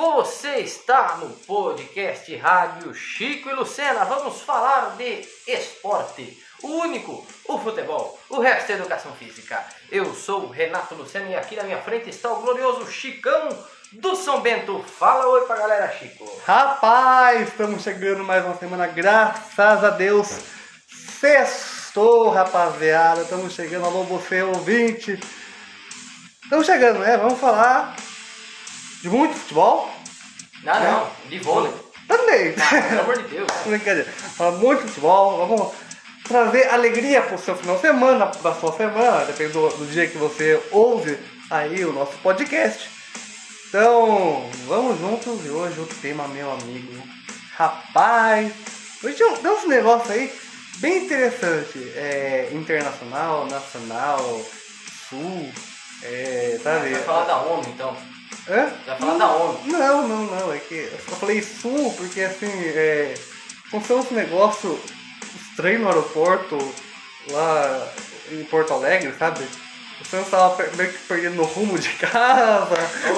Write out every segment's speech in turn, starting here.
Você está no podcast Rádio Chico e Lucena. Vamos falar de esporte. O único, o futebol. O resto é educação física. Eu sou o Renato Lucena e aqui na minha frente está o glorioso Chicão do São Bento. Fala oi pra galera, Chico. Rapaz, estamos chegando mais uma semana, graças a Deus. Sextou, rapaziada. Estamos chegando, alô você ouvinte. Estamos chegando, né? Vamos falar de muito futebol. Não, de vôlei. Também. Pelo amor de Deus. Brincadeira. Falar muito futebol. Vamos trazer alegria pro seu final de semana, pra sua semana, depende do dia que você ouve aí o nosso podcast. Então, vamos juntos. E hoje o tema, meu amigo. Rapaz, hoje tem uns negócios aí bem interessantes. Internacional, nacional, sul, sabe? Vai falar da ONU, então. Hã? Vai falar da ONU. Não. É que eu só falei sul porque assim, são uns negócios estranhos no aeroporto, lá em Porto Alegre, sabe? Você não estava meio que perdendo o rumo de casa.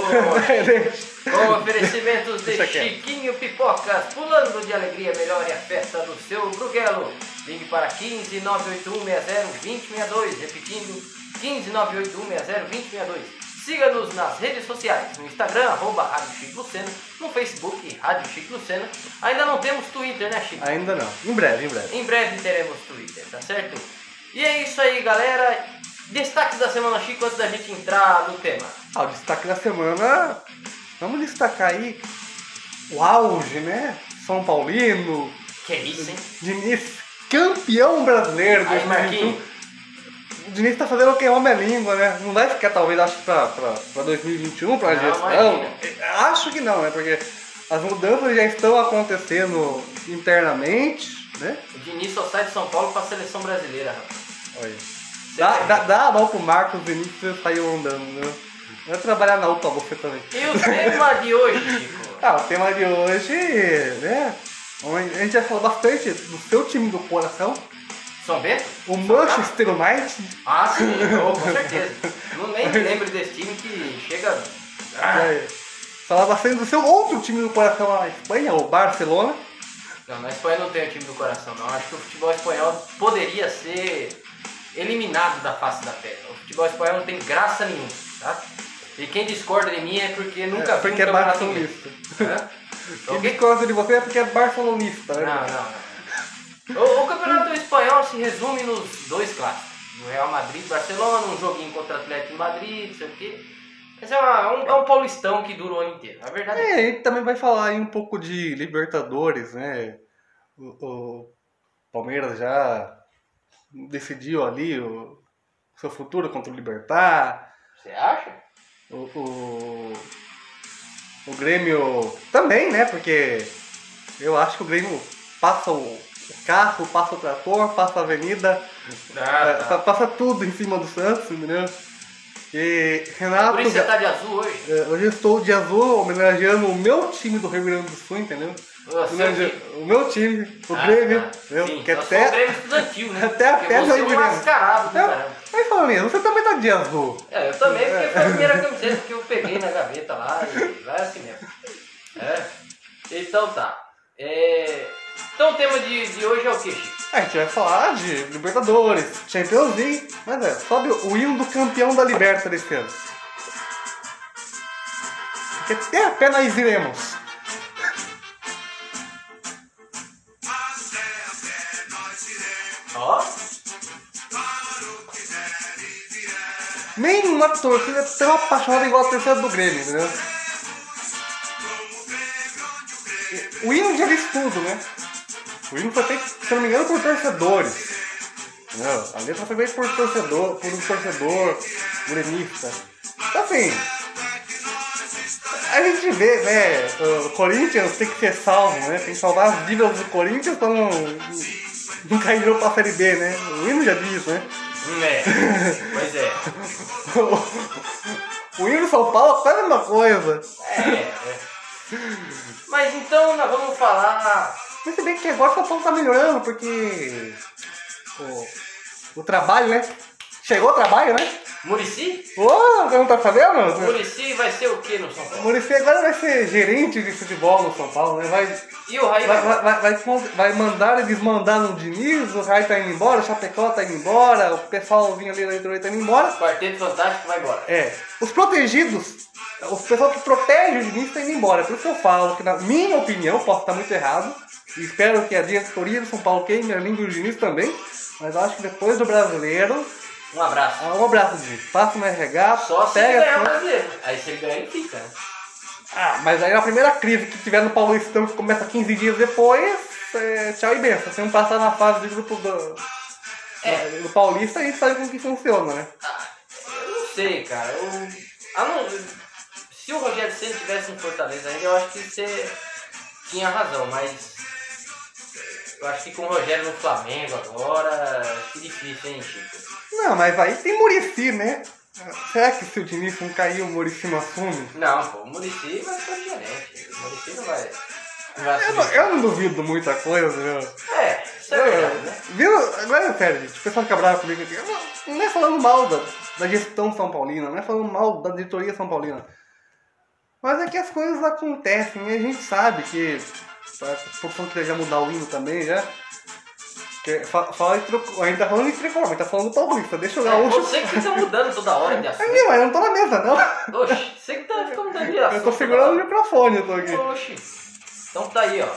Com oferecimentos de Chiquinho Pipocas, pulando de alegria, melhore a festa do seu Bruguelo. Ligue para 15 98160 2062, repetindo, 15 98160 2062. Siga-nos nas redes sociais, no Instagram, @Rádio Chico Lucena, no Facebook, Rádio Chico Lucena. Ainda não temos Twitter, né, Chico? Ainda não, em breve. Em breve teremos Twitter, tá certo? E é isso aí, galera. Destaques da semana, Chico, antes da gente entrar no tema. O destaque da semana, vamos destacar aí o auge, né? São Paulino. Que isso, hein? Diniz, campeão brasileiro. Aí, Marquinhos. O Diniz tá fazendo o que? Homem é língua, né? Não vai ficar, talvez, acho que pra 2021, pra gestão. Imagina. Acho que não, né? Porque as mudanças já estão acontecendo internamente, né? O Diniz só sai de São Paulo pra seleção brasileira, rapaz. Olha. Dá a mão pro Marcos Vinícius e saiu andando, né? Vai trabalhar na UPA você também. E o tema de hoje, Chico? O tema de hoje, né? A gente vai falar bastante do seu time do coração. São Bento? O Manchester United. Ah, sim, com certeza. Não nem me lembro desse time que chega... Falar bastante do seu outro time do coração na Espanha, o Barcelona. Não, na Espanha não tem o time do coração, não. Acho que o futebol espanhol poderia ser eliminado da face da terra. O futebol espanhol não tem graça nenhuma, tá? E quem discorda de mim é porque nunca viu um campeonato inglês. Quem discorda de você é porque é barcelonista, né? Não. O campeonato espanhol se resume nos dois clássicos. No Real Madrid e Barcelona, um joguinho contra o Atlético de Madrid, não sei o quê. Esse é um paulistão que dura o ano inteiro. A verdade a gente também vai falar aí um pouco de Libertadores, né? O Palmeiras já decidiu ali o seu futuro contra o Libertad. Você acha? O Grêmio também, né? Porque eu acho que o Grêmio passa o carro, passa o trator, passa a avenida, passa tudo em cima do Santos, entendeu? E Renato, por isso você tá de azul hoje? Hoje eu estou de azul, homenageando o meu time do Rio Grande do Sul, entendeu? O meu time, o Grêmio. Sim, que até o Grêmio estudantil, né? Até a pele você é um mascarado do caramba. Aí fala mesmo, você também tá de azul. Eu também, porque foi a primeira camiseta que eu peguei na gaveta lá e vai assim mesmo. Então tá. Então o tema de hoje é o que, Chico? A gente vai falar de Libertadores, Champions League, mas sobe o hino do campeão da Liberta desse ano. Porque até a pé nós iremos. Ó. Nenhuma torcida é tão apaixonada igual a torcida do Grêmio, entendeu? O hino já diz tudo, né? O hino foi feito, se não me engano, por torcedores. Entendeu? A letra foi feita por um torcedor gremista. Então, assim, a gente vê, né? O Corinthians tem que ser salvo, né? Tem que salvar as dívidas do Corinthians pra não cair pra Série B, né? O hino já diz, né? Pois é. O hino do São Paulo é quase a mesma coisa. Mas então nós vamos falar... Mas se bem que agora o São Paulo tá melhorando, porque o trabalho, né? Chegou o trabalho, né? Muricy? Você não tá sabendo? O Muricy vai ser o que no São Paulo? O Muricy agora vai ser gerente de futebol no São Paulo, né? E o Raí vai mandar e desmandar no Diniz, o Raí tá indo embora, o Chapecó tá indo embora, o pessoalzinho ali da diretoria tá indo embora. O Quarteto Fantástico vai embora. Os protegidos, o pessoal que protege o Diniz tá indo embora. Por isso que eu falo que, na minha opinião, posso estar muito errado, e espero que a diretoria do São Paulo queime a língua do Diniz também, mas eu acho que depois do Brasileiro... Um abraço. Um abraço, Diniz. Passa no RH, só se ele ganhar o Brasileiro. Aí se ele ganhar, ele fica, né? Mas aí a primeira crise que tiver no Paulistão, que começa 15 dias depois, tchau e benção. Se não passar na fase de grupo do Paulista, a gente sabe como que funciona, né? Eu não sei, cara. Se o Rogério Ceni tivesse em Fortaleza ainda, eu acho que você tinha razão, mas eu acho que com o Rogério no Flamengo agora, acho que difícil, hein, Chico? Não, mas aí tem Muricy, né? Será que se o Diniz não cair, o Muricy não assume? Não, pô, o Muricy vai ser diferente. O Muricy não vai eu não duvido muita coisa, viu? Isso é verdade, né? Viu? Agora é sério, gente. O pessoal fica bravo comigo aqui. Não é falando mal da gestão São Paulina, não é falando mal da diretoria São Paulina. Mas é que as coisas acontecem e a gente sabe que... A produção queria já mudar o hino também, já. A gente tá falando de tricolor, a gente tá falando do Paulista, deixa eu dar hoje. Você que fica mudando toda hora de assunto. Mas eu não tô na mesa, não. Oxi, você que fica mudando de assunto. Eu tô segurando o microfone, eu tô aqui. Oxi. Então tá aí, ó.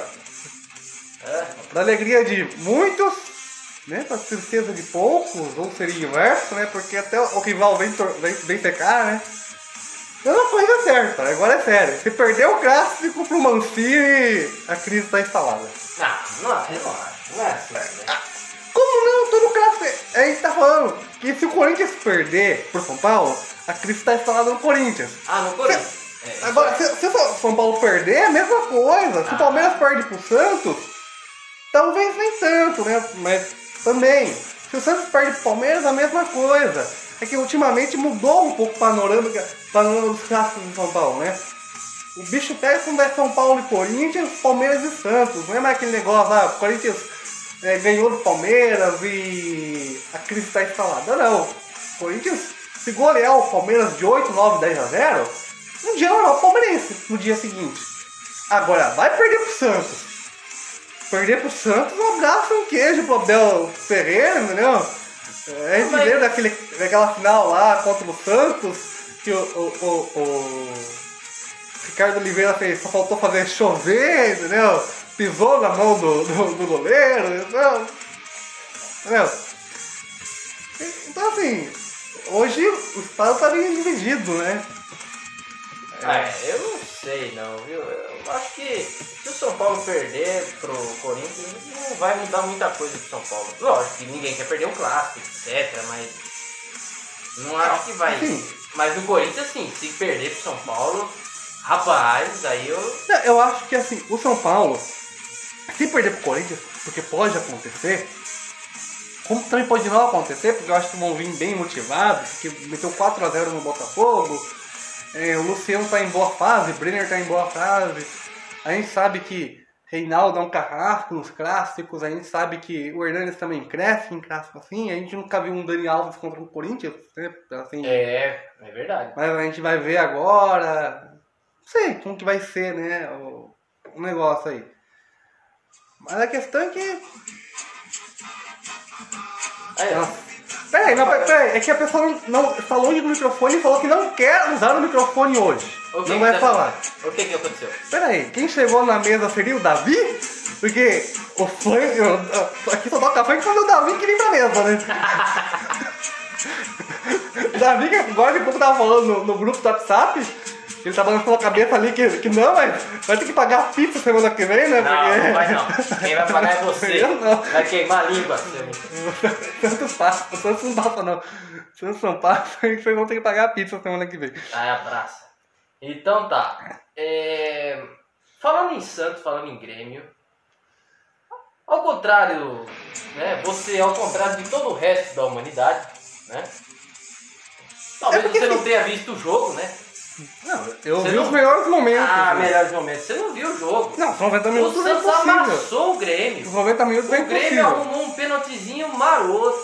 Pra alegria de muitos, né? Pra tristeza de poucos, ou seria inverso, né? Porque até o rival vem secar, né? Não, a coisa é certa, agora é sério. Se perder o clássico pro Mancini, a crise tá instalada. Não é assim, né? Como não? Todo clássico. A gente tá falando que se o Corinthians perder pro São Paulo, a crise tá instalada no Corinthians. No Corinthians. Agora, se o São Paulo perder, é a mesma coisa. Se o Palmeiras perde pro Santos, talvez nem tanto, né? Mas também. Se o Santos perde pro Palmeiras, a mesma coisa. É que ultimamente mudou um pouco o panorama dos clássicos de São Paulo, né? O bicho pega quando é São Paulo e Corinthians, Palmeiras e Santos. Não é mais aquele negócio, o Corinthians ganhou do Palmeiras e a crise está instalada. Não. O Corinthians, se golear o Palmeiras de 8, 9, 10 a 0, um dia normal palmeirense no dia seguinte. Agora, vai perder pro Santos. Perder pro Santos, um abraço e um queijo pro Abel Ferreira, entendeu? A gente lembra daquela final lá contra o Santos, que o Ricardo Oliveira só faltou fazer chover, entendeu? Pisou na mão do goleiro, entendeu? Então assim, hoje o estado tá meio dividido, né? Eu não sei não, viu? Eu acho que se o São Paulo perder pro Corinthians, não vai mudar muita coisa pro São Paulo. Lógico que ninguém quer perder um clássico, etc, mas não acho que vai. Sim. Mas no Corinthians, sim, se perder pro São Paulo, rapaz, aí eu acho que assim, o São Paulo, se perder pro Corinthians, porque pode acontecer, como também pode não acontecer, porque eu acho que vão vir bem motivados, porque meteu 4 a 0 no Botafogo. O Luciano tá em boa fase, o Brenner tá em boa fase. A gente sabe que Reinaldo é um carrasco nos clássicos. A gente sabe que o Hernanes também cresce em clássico assim. A gente nunca viu um Dani Alves contra o Corinthians, né? Assim, é verdade. Mas a gente vai ver agora. Não sei como que vai ser, né? O negócio aí. Mas a questão é que... Peraí, é que a pessoa não tá longe do microfone e falou que não quer usar o microfone hoje. Não vai falar. O que aconteceu? Peraí, quem chegou na mesa seria o Davi? Porque o funk... Aqui só toca funk quando o Davi que vem pra mesa, né? O Davi, que agora que pouco tava falando no grupo do WhatsApp, ele tá balançando a cabeça ali que não, mas vai ter que pagar a pizza semana que vem, né? Não vai não. Quem vai pagar é você. Eu não. Vai queimar a língua. Santos passa, o Santos não passa não. O Santos não passa e vocês vão ter que pagar a pizza semana que vem. Abraça. Então tá. Falando em Santos, falando em Grêmio, ao contrário, né? Você, ao contrário de todo o resto da humanidade, né? Talvez você não tenha visto o jogo, né? Não, eu vi os melhores momentos. Melhores momentos. Você não viu o jogo. Não, os 90 minutos o Santos amassou o Grêmio. Os 90 minutos bem possível. O Grêmio arrumou um pênaltizinho maroto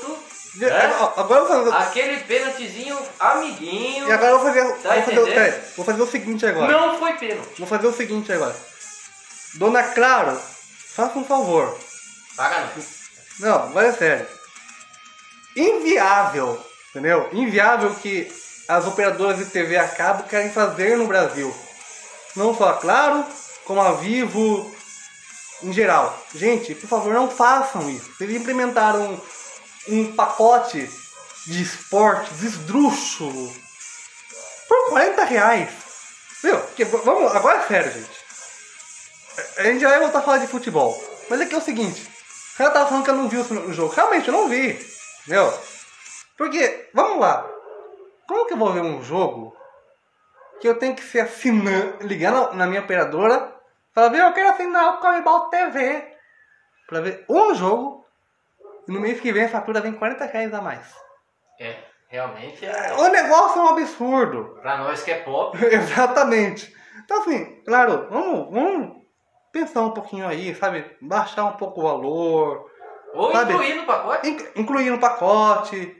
Agora eu vou fazer... Aquele pênaltizinho amiguinho. E agora eu vou fazer... Tá vou fazer o seguinte agora. Não foi pênalti. Vou fazer o seguinte agora. Dona Claro, faça um favor. Paga não. Não, vai é sério. Inviável, entendeu? Inviável que as operadoras de TV a cabo querem fazer no Brasil. Não só a Claro, como a Vivo, em geral. Gente, por favor, não façam isso. Vocês implementaram um pacote de esportes esdrúxulo por R$40. Viu? Vamos, agora é sério, gente. A gente já vai voltar a falar de futebol. Mas aqui é o seguinte. O cara tava falando que eu não vi o jogo. Realmente, eu não vi. Entendeu? Porque, vamos lá. Como que eu vou ver um jogo que eu tenho que ser assinando, ligar na minha operadora, falar, eu quero assinar o Comebol TV pra ver um jogo, e no mês que vem a fatura vem R$40 a mais. Realmente O negócio é um absurdo. Pra nós que é pobre. Exatamente. Então assim, claro, vamos pensar um pouquinho aí, sabe? Baixar um pouco o valor. Ou sabe? incluir no pacote. Incluir no pacote.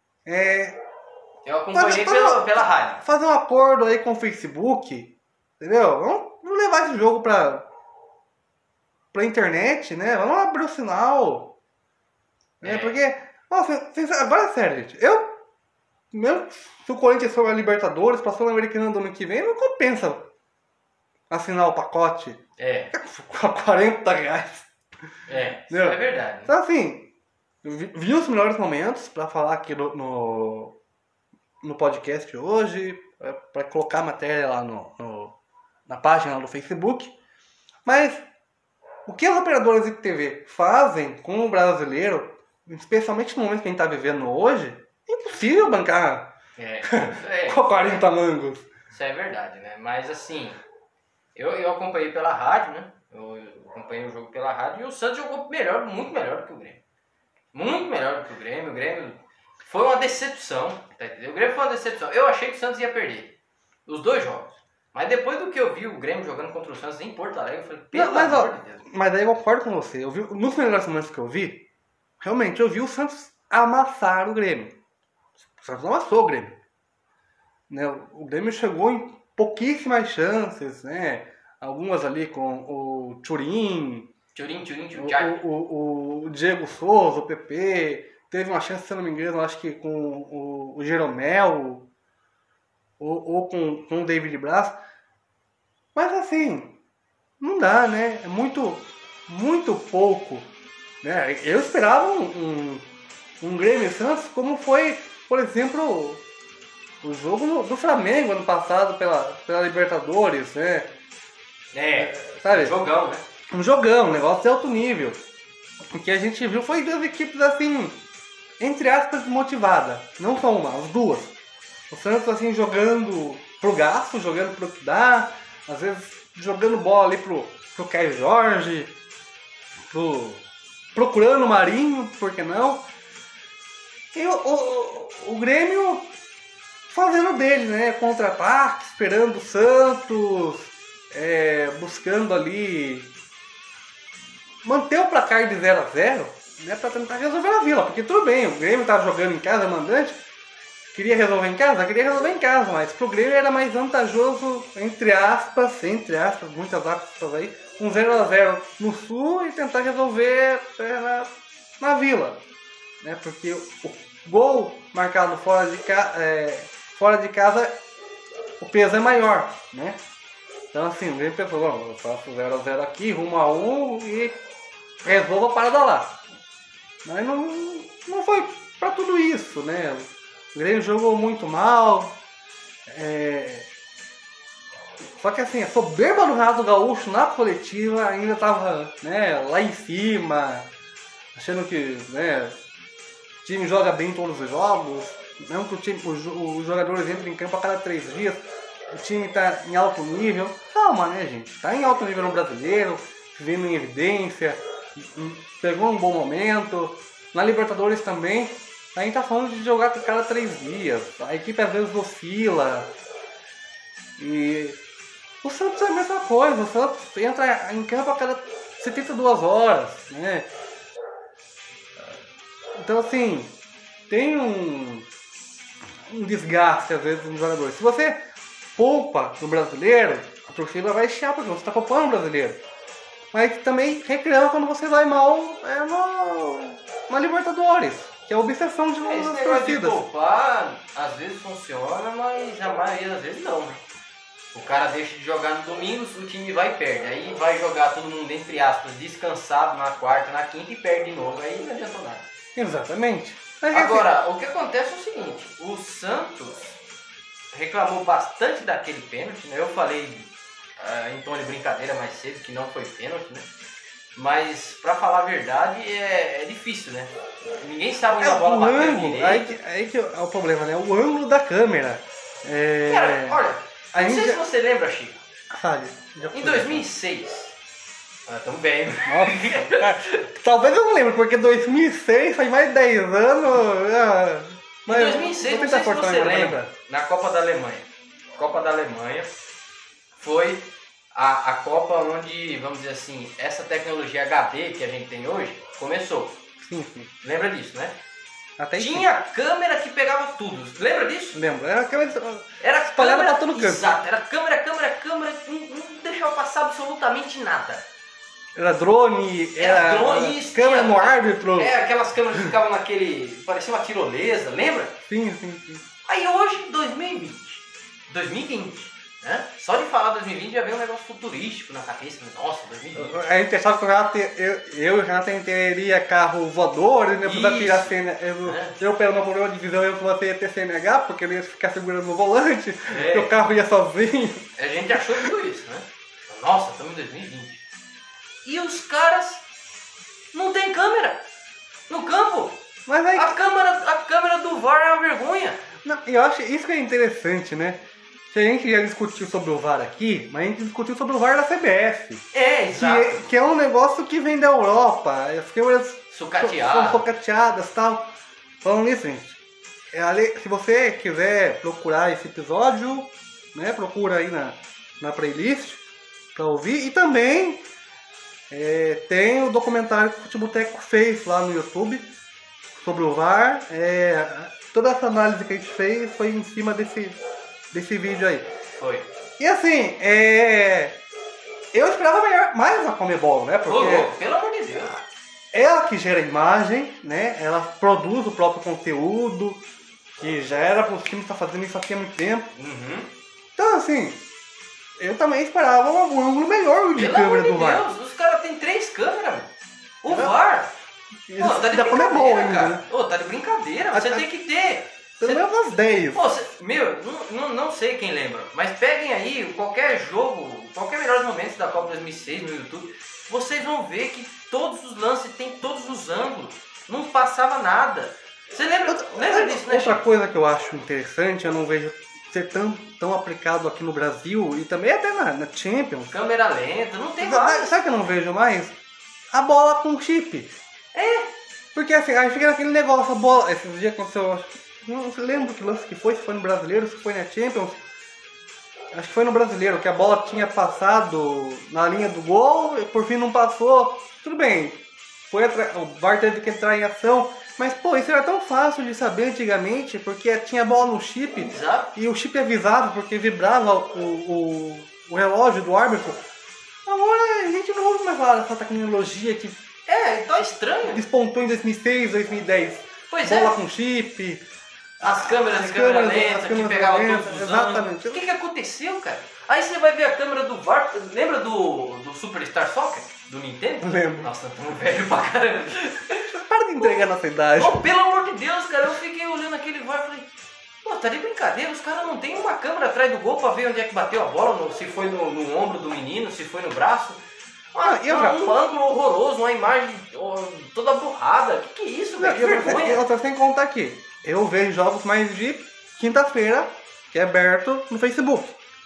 Eu acompanhei pela rádio. Fazer um acordo aí com o Facebook, entendeu? Vamos levar esse jogo pra internet, né? Vamos abrir o sinal. Né? Porque, nossa, agora é sério, gente. Mesmo se o Corinthians for a Libertadores, pra Sul-Americana do ano que vem, não compensa assinar o pacote. Com R$40. Isso é verdade. Então assim, vi os melhores momentos pra falar aqui no podcast hoje, para colocar a matéria lá na página do Facebook. Mas o que as operadoras de TV fazem com o brasileiro, especialmente no momento que a gente está vivendo hoje, é impossível bancar com 40 mangos. Isso é verdade, né? Mas assim, eu acompanhei pela rádio, né? Eu acompanhei o jogo pela rádio e o Santos jogou muito melhor do que o Grêmio. Muito melhor do que o Grêmio. O Grêmio foi uma decepção, tá entendendo? O Grêmio foi uma decepção. Eu achei que o Santos ia perder os dois jogos. Mas depois do que eu vi o Grêmio jogando contra o Santos em Porto Alegre, eu falei, pelo amor de Deus. Mas daí eu concordo com você. Eu vi, nos melhores momentos que eu vi, realmente eu vi o Santos amassar o Grêmio. O Santos amassou o Grêmio. Né? O Grêmio chegou em pouquíssimas chances, né? Algumas ali com o Thurin, o Diego Souza, o PP. Teve uma chance, se eu não me engano, acho que com o Jeromel ou com o David Braz. Mas assim, não dá, né? É muito, muito pouco. Né? Eu esperava um Grêmio Santos como foi, por exemplo, o jogo do Flamengo ano passado pela Libertadores, né? Sabe? Jogão, né? Um jogão, um negócio de alto nível. O que a gente viu foi duas equipes assim, entre aspas, motivada. Não só uma, as duas. O Santos assim jogando pro gasto, jogando pro que dá. Às vezes jogando bola ali pro Caio Jorge. Procurando o Marinho, por que não? E o Grêmio fazendo dele, né? Contra-ataque, esperando o Santos. Buscando ali manter o placar de 0-0, né, para tentar resolver na Vila, porque tudo bem, o Grêmio estava jogando em casa, mandante, queria resolver em casa, mas pro Grêmio era mais vantajoso, entre aspas, muitas aspas aí, um 0-0 no Sul e tentar resolver na Vila, né, porque o gol marcado fora de casa, o peso é maior, né. Então assim, o Grêmio pensou, eu faço 0-0 aqui, rumo a 1 e resolvo a parada lá. Mas não foi pra tudo isso, né? O Grêmio jogou muito mal. Só que assim, a soberba do Renato Gaúcho na coletiva ainda tava, né, lá em cima, achando que, né, o time joga bem todos os jogos, não que os jogadores entrem em campo a cada 3 dias. O time tá em alto nível. Calma, né, gente? Tá em alto nível no Brasileiro, vivendo em evidência, pegou um bom momento. Na Libertadores também, a gente tá falando de jogar a cada 3 dias. A equipe às vezes oscila. E o Santos é a mesma coisa. O Santos entra em campo a cada 72 horas, né? Então assim, tem um desgaste às vezes no jogador. Se você poupa no brasileiro, a torcida vai chiar porque você está poupando o brasileiro. Mas também reclama quando você vai mal na Libertadores, que é a obsessão de Esse das negócio de torcidas. poupar, às vezes funciona, mas a maioria das vezes não, né? O cara deixa de jogar no domingo, o time vai e perde. Aí vai jogar todo mundo, entre aspas, descansado na quarta, na quinta e perde de novo. Aí não adianta nada. Exatamente. Mas, Agora, o que acontece é o seguinte, o Santos reclamou bastante daquele pênalti, né? Eu falei em tom de brincadeira mais cedo que não foi pênalti, né? Mas, pra falar a verdade, é difícil, né? Ninguém sabe onde a bola bateu direito. Aí que é o problema, né? O ângulo da câmera. Cara, olha, não sei se você lembra, Chico. Sabe? Em 2006... Tamo bem. Nossa, cara, talvez eu não lembre, porque 2006 faz mais de 10 anos. Em 2006, não sei se você lembra, na Copa da Alemanha. Copa da Alemanha foi a Copa onde, vamos dizer assim, essa tecnologia HD que a gente tem hoje começou. Sim. Lembra disso, né? Até tinha câmera que pegava tudo. Lembra disso? Lembro. Era câmera espalhada pra todo canto. Exato, era câmera, não deixava passar absolutamente nada. Era drone, era isso, câmera no árbitro. Aquelas câmeras que ficavam parecia uma tirolesa, lembra? Sim. Aí hoje, 2020, né? Só de falar 2020 já vem um negócio futurístico na cabeça. Nossa, 2020. A gente pensava que eu e o Renato teria carro voador, né? Podia tirar CNH. Eu pelo meu problema de visão, eu você ia ter CNH, porque eu ia ficar segurando no volante, porque o carro ia sozinho. A gente achou tudo isso, né? Nossa, estamos em 2020. E os caras não tem câmera no campo. Mas aí... a câmera do VAR é uma vergonha. Não, eu acho isso que é interessante, né? Que a gente já discutiu sobre o VAR aqui, mas a gente discutiu sobre o VAR da CBF. Exato. Que é um negócio que vem da Europa. As câmeras são sucateadas e tal. Falando nisso, gente. Se você quiser procurar esse episódio, né? Procura aí na playlist pra ouvir. E também... tem o documentário que o Futeboteco fez lá no YouTube sobre o VAR. Toda essa análise que a gente fez foi em cima desse vídeo aí. Foi. E assim, eu esperava mais a Conmebol, né? Porque pelo amor de Deus. Ela que gera a imagem, né? Ela produz o próprio conteúdo, que já era para os times estar fazendo isso aqui há muito tempo. Uhum. Então assim, eu também esperava um ângulo melhor de câmera do VAR. Pelo amor de Deus, os caras têm 3 câmeras, mano. O VAR... Pô, tá de brincadeira, cara. Né? Pô, tá de brincadeira, você tem que ter. Pelo menos umas 10. Pô, não sei quem lembra, mas peguem aí qualquer jogo, qualquer melhores momentos da Copa 2006 no YouTube, vocês vão ver que todos os lances tem todos os ângulos, não passava nada. Você lembra disso, né? Outra coisa que eu acho interessante, eu não vejo ser tão aplicado aqui no Brasil e também até na Champions. Câmera lenta, não tem mais. Sabe que eu não vejo mais? A bola com chip. Porque assim, aí fica naquele negócio, a bola. Esses dias aconteceu. Não lembro que lance que foi, se foi no Brasileiro, se foi na Champions. Acho que foi no Brasileiro, que a bola tinha passado na linha do gol e por fim não passou. Tudo bem, o VAR teve que entrar em ação. Mas, pô, isso era tão fácil de saber antigamente, porque tinha bola no chip. Exato. E o chip avisava, porque vibrava o relógio do árbitro. Agora a gente não ouve mais falar dessa tecnologia que tá estranho. despontou em 2006, 2010. Pois bola com chip. As câmeras de câmera lenta que pegavam todos os exatamente. O que aconteceu, cara? Aí você vai ver a câmera do VAR. Lembra do Superstar Soccer? Do Nintendo? Lembro. Nossa, tão velho pra caramba. Para de entregar nossa idade. Oh, pelo amor de Deus, cara, eu fiquei olhando aquele VAR e falei, pô, tá de brincadeira, os caras não tem uma câmera atrás do gol pra ver onde é que bateu a bola, se foi no ombro do menino, se foi no braço. Um ângulo horroroso, uma imagem toda borrada. Que é isso, velho? Que vergonha. Eu tô sem contar aqui. Eu vejo jogos mais de quinta-feira, que é aberto no Facebook.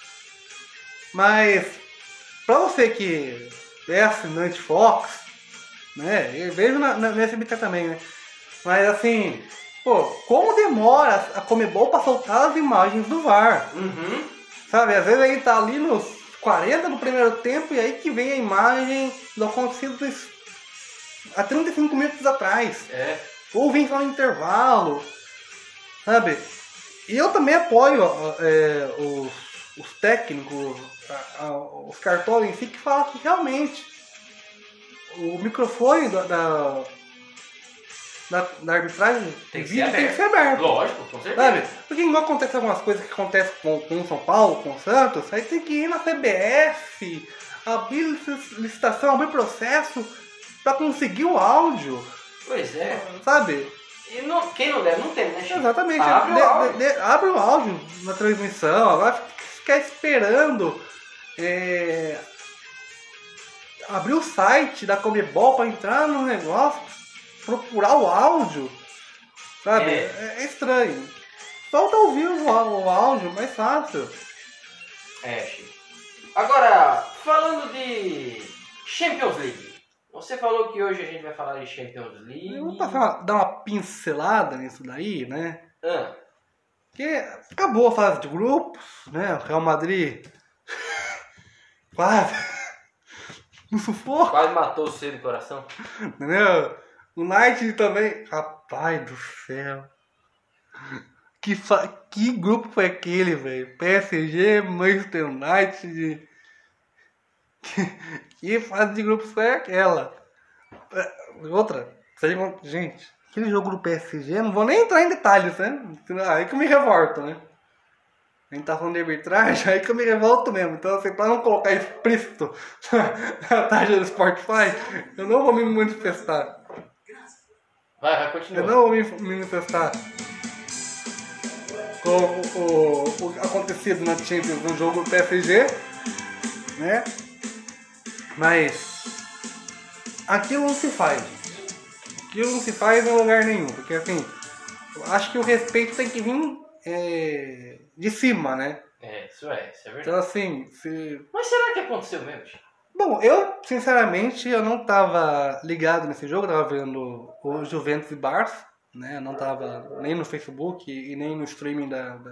Mas, pra você que é assinante Fox, né? Eu vejo na SBT também, né? Mas assim, pô, como demora a Conmebol pra soltar as imagens do VAR? Uhum. Sabe, às vezes aí tá ali nos 40 do primeiro tempo e aí que vem a imagem do acontecido há 35 minutos atrás. ou vem só no intervalo, sabe? E eu também apoio os técnicos, os cartões em si, que falam que realmente o microfone da arbitragem Tem que vídeo ser tem que ser aberto. Lógico, com certeza. Sabe? Porque igual acontece algumas coisas que acontecem com o São Paulo, com o Santos, aí tem que ir na CBF, abrir licitação, abrir processo pra conseguir o áudio. Pois é. Sabe? E quem não deve, não tem, né, Chico? Exatamente. Abre o áudio na transmissão, agora ficar esperando abrir o site da Comebol pra entrar no negócio, procurar o áudio, sabe? É estranho. Solta ao vivo o áudio, mais fácil. Chico. Agora, falando de Champions League. Você falou que hoje a gente vai falar de Champions League. Eu vou dar uma pincelada nisso daí, né? Porque acabou a fase de grupos, né? O Real Madrid quase no sufoco. Quase matou o seu do coração. Entendeu? O United também. Rapaz do céu. Que grupo foi aquele, velho? PSG, Manchester United. Que fase de grupos foi aquela? Outra. Gente, aquele jogo do PSG, não vou nem entrar em detalhes, né? Aí que eu me revolto, né? A gente tá falando de arbitragem, aí que eu me revolto mesmo. Então, assim, pra não colocar explícito na taxa do Spotify, eu não vou me manifestar. Vai, continua. Eu não vou me manifestar com o acontecido na Champions no jogo do PSG, né? Mas aquilo não se faz, gente. Aquilo não se faz em lugar nenhum. Porque assim, eu acho que o respeito tem que vir de cima, né? Isso é verdade. Então assim, Mas será que aconteceu mesmo? Bom, eu, sinceramente, eu não tava ligado nesse jogo, eu tava vendo o Juventus e Barça, né? Eu não tava nem no Facebook e nem no streaming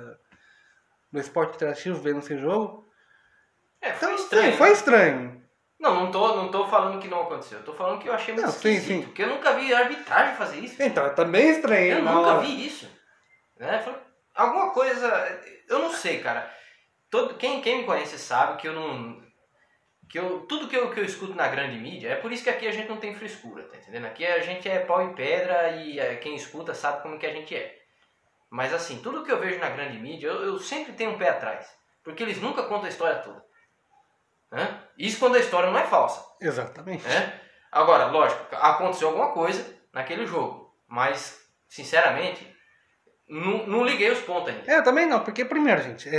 do Esporte Interativo vendo esse jogo. Foi então, estranho. Sim, foi estranho. Não tô falando que não aconteceu. Eu tô falando que eu achei muito esquisito. Sim. Porque eu nunca vi arbitragem fazer isso. Então, é também estranho. Eu nunca vi isso. Né? Alguma coisa... Eu não sei, cara. Quem me conhece sabe que eu não... Tudo que eu escuto na grande mídia, é por isso que aqui a gente não tem frescura, tá entendendo? Aqui a gente é pau e pedra e quem escuta sabe como que a gente é. Mas assim, tudo que eu vejo na grande mídia, eu sempre tenho um pé atrás. Porque eles nunca contam a história toda. Né? Isso quando a história não é falsa. Exatamente. Né? Agora, lógico, aconteceu alguma coisa naquele jogo. Mas, sinceramente, não liguei os pontos ainda. Eu também não, porque primeiro, gente,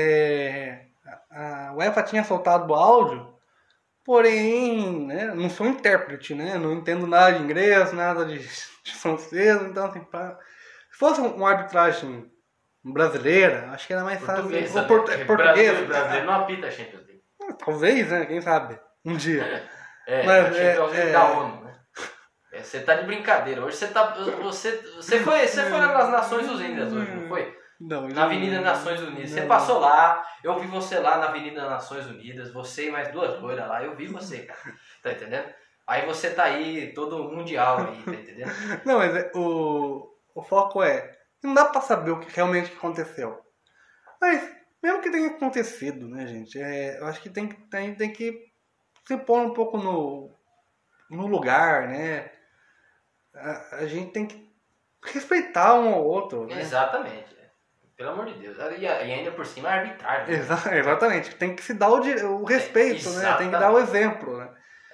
a UEFA tinha soltado o áudio, porém, né, não sou intérprete, né? Não entendo nada de inglês, nada de francês, então assim, se fosse uma arbitragem brasileira, acho que era mais fácil. Português. Brasileiro não apita a Champions League. Talvez, né? Quem sabe? Um dia. Mas, a Champions League da ONU, né? Você tá de brincadeira. Hoje você foi nas Nações Unidas hoje, não foi? Não, na Avenida Nações Unidas. Você passou lá, eu vi você lá na Avenida Nações Unidas, você e mais duas loiras lá, eu vi você, cara. Tá entendendo? Aí você tá aí, todo mundial aí, tá entendendo? Não, mas o foco não dá pra saber o que realmente aconteceu. Mas, mesmo que tenha acontecido, né, gente? Eu acho que tem que se pôr um pouco no lugar, né? A gente tem que respeitar um ao outro, né? Exatamente. Pelo amor de Deus. E ainda por cima é arbitragem. Né? Exatamente. Tem que se dar o respeito, né? Tem que dar o exemplo, né?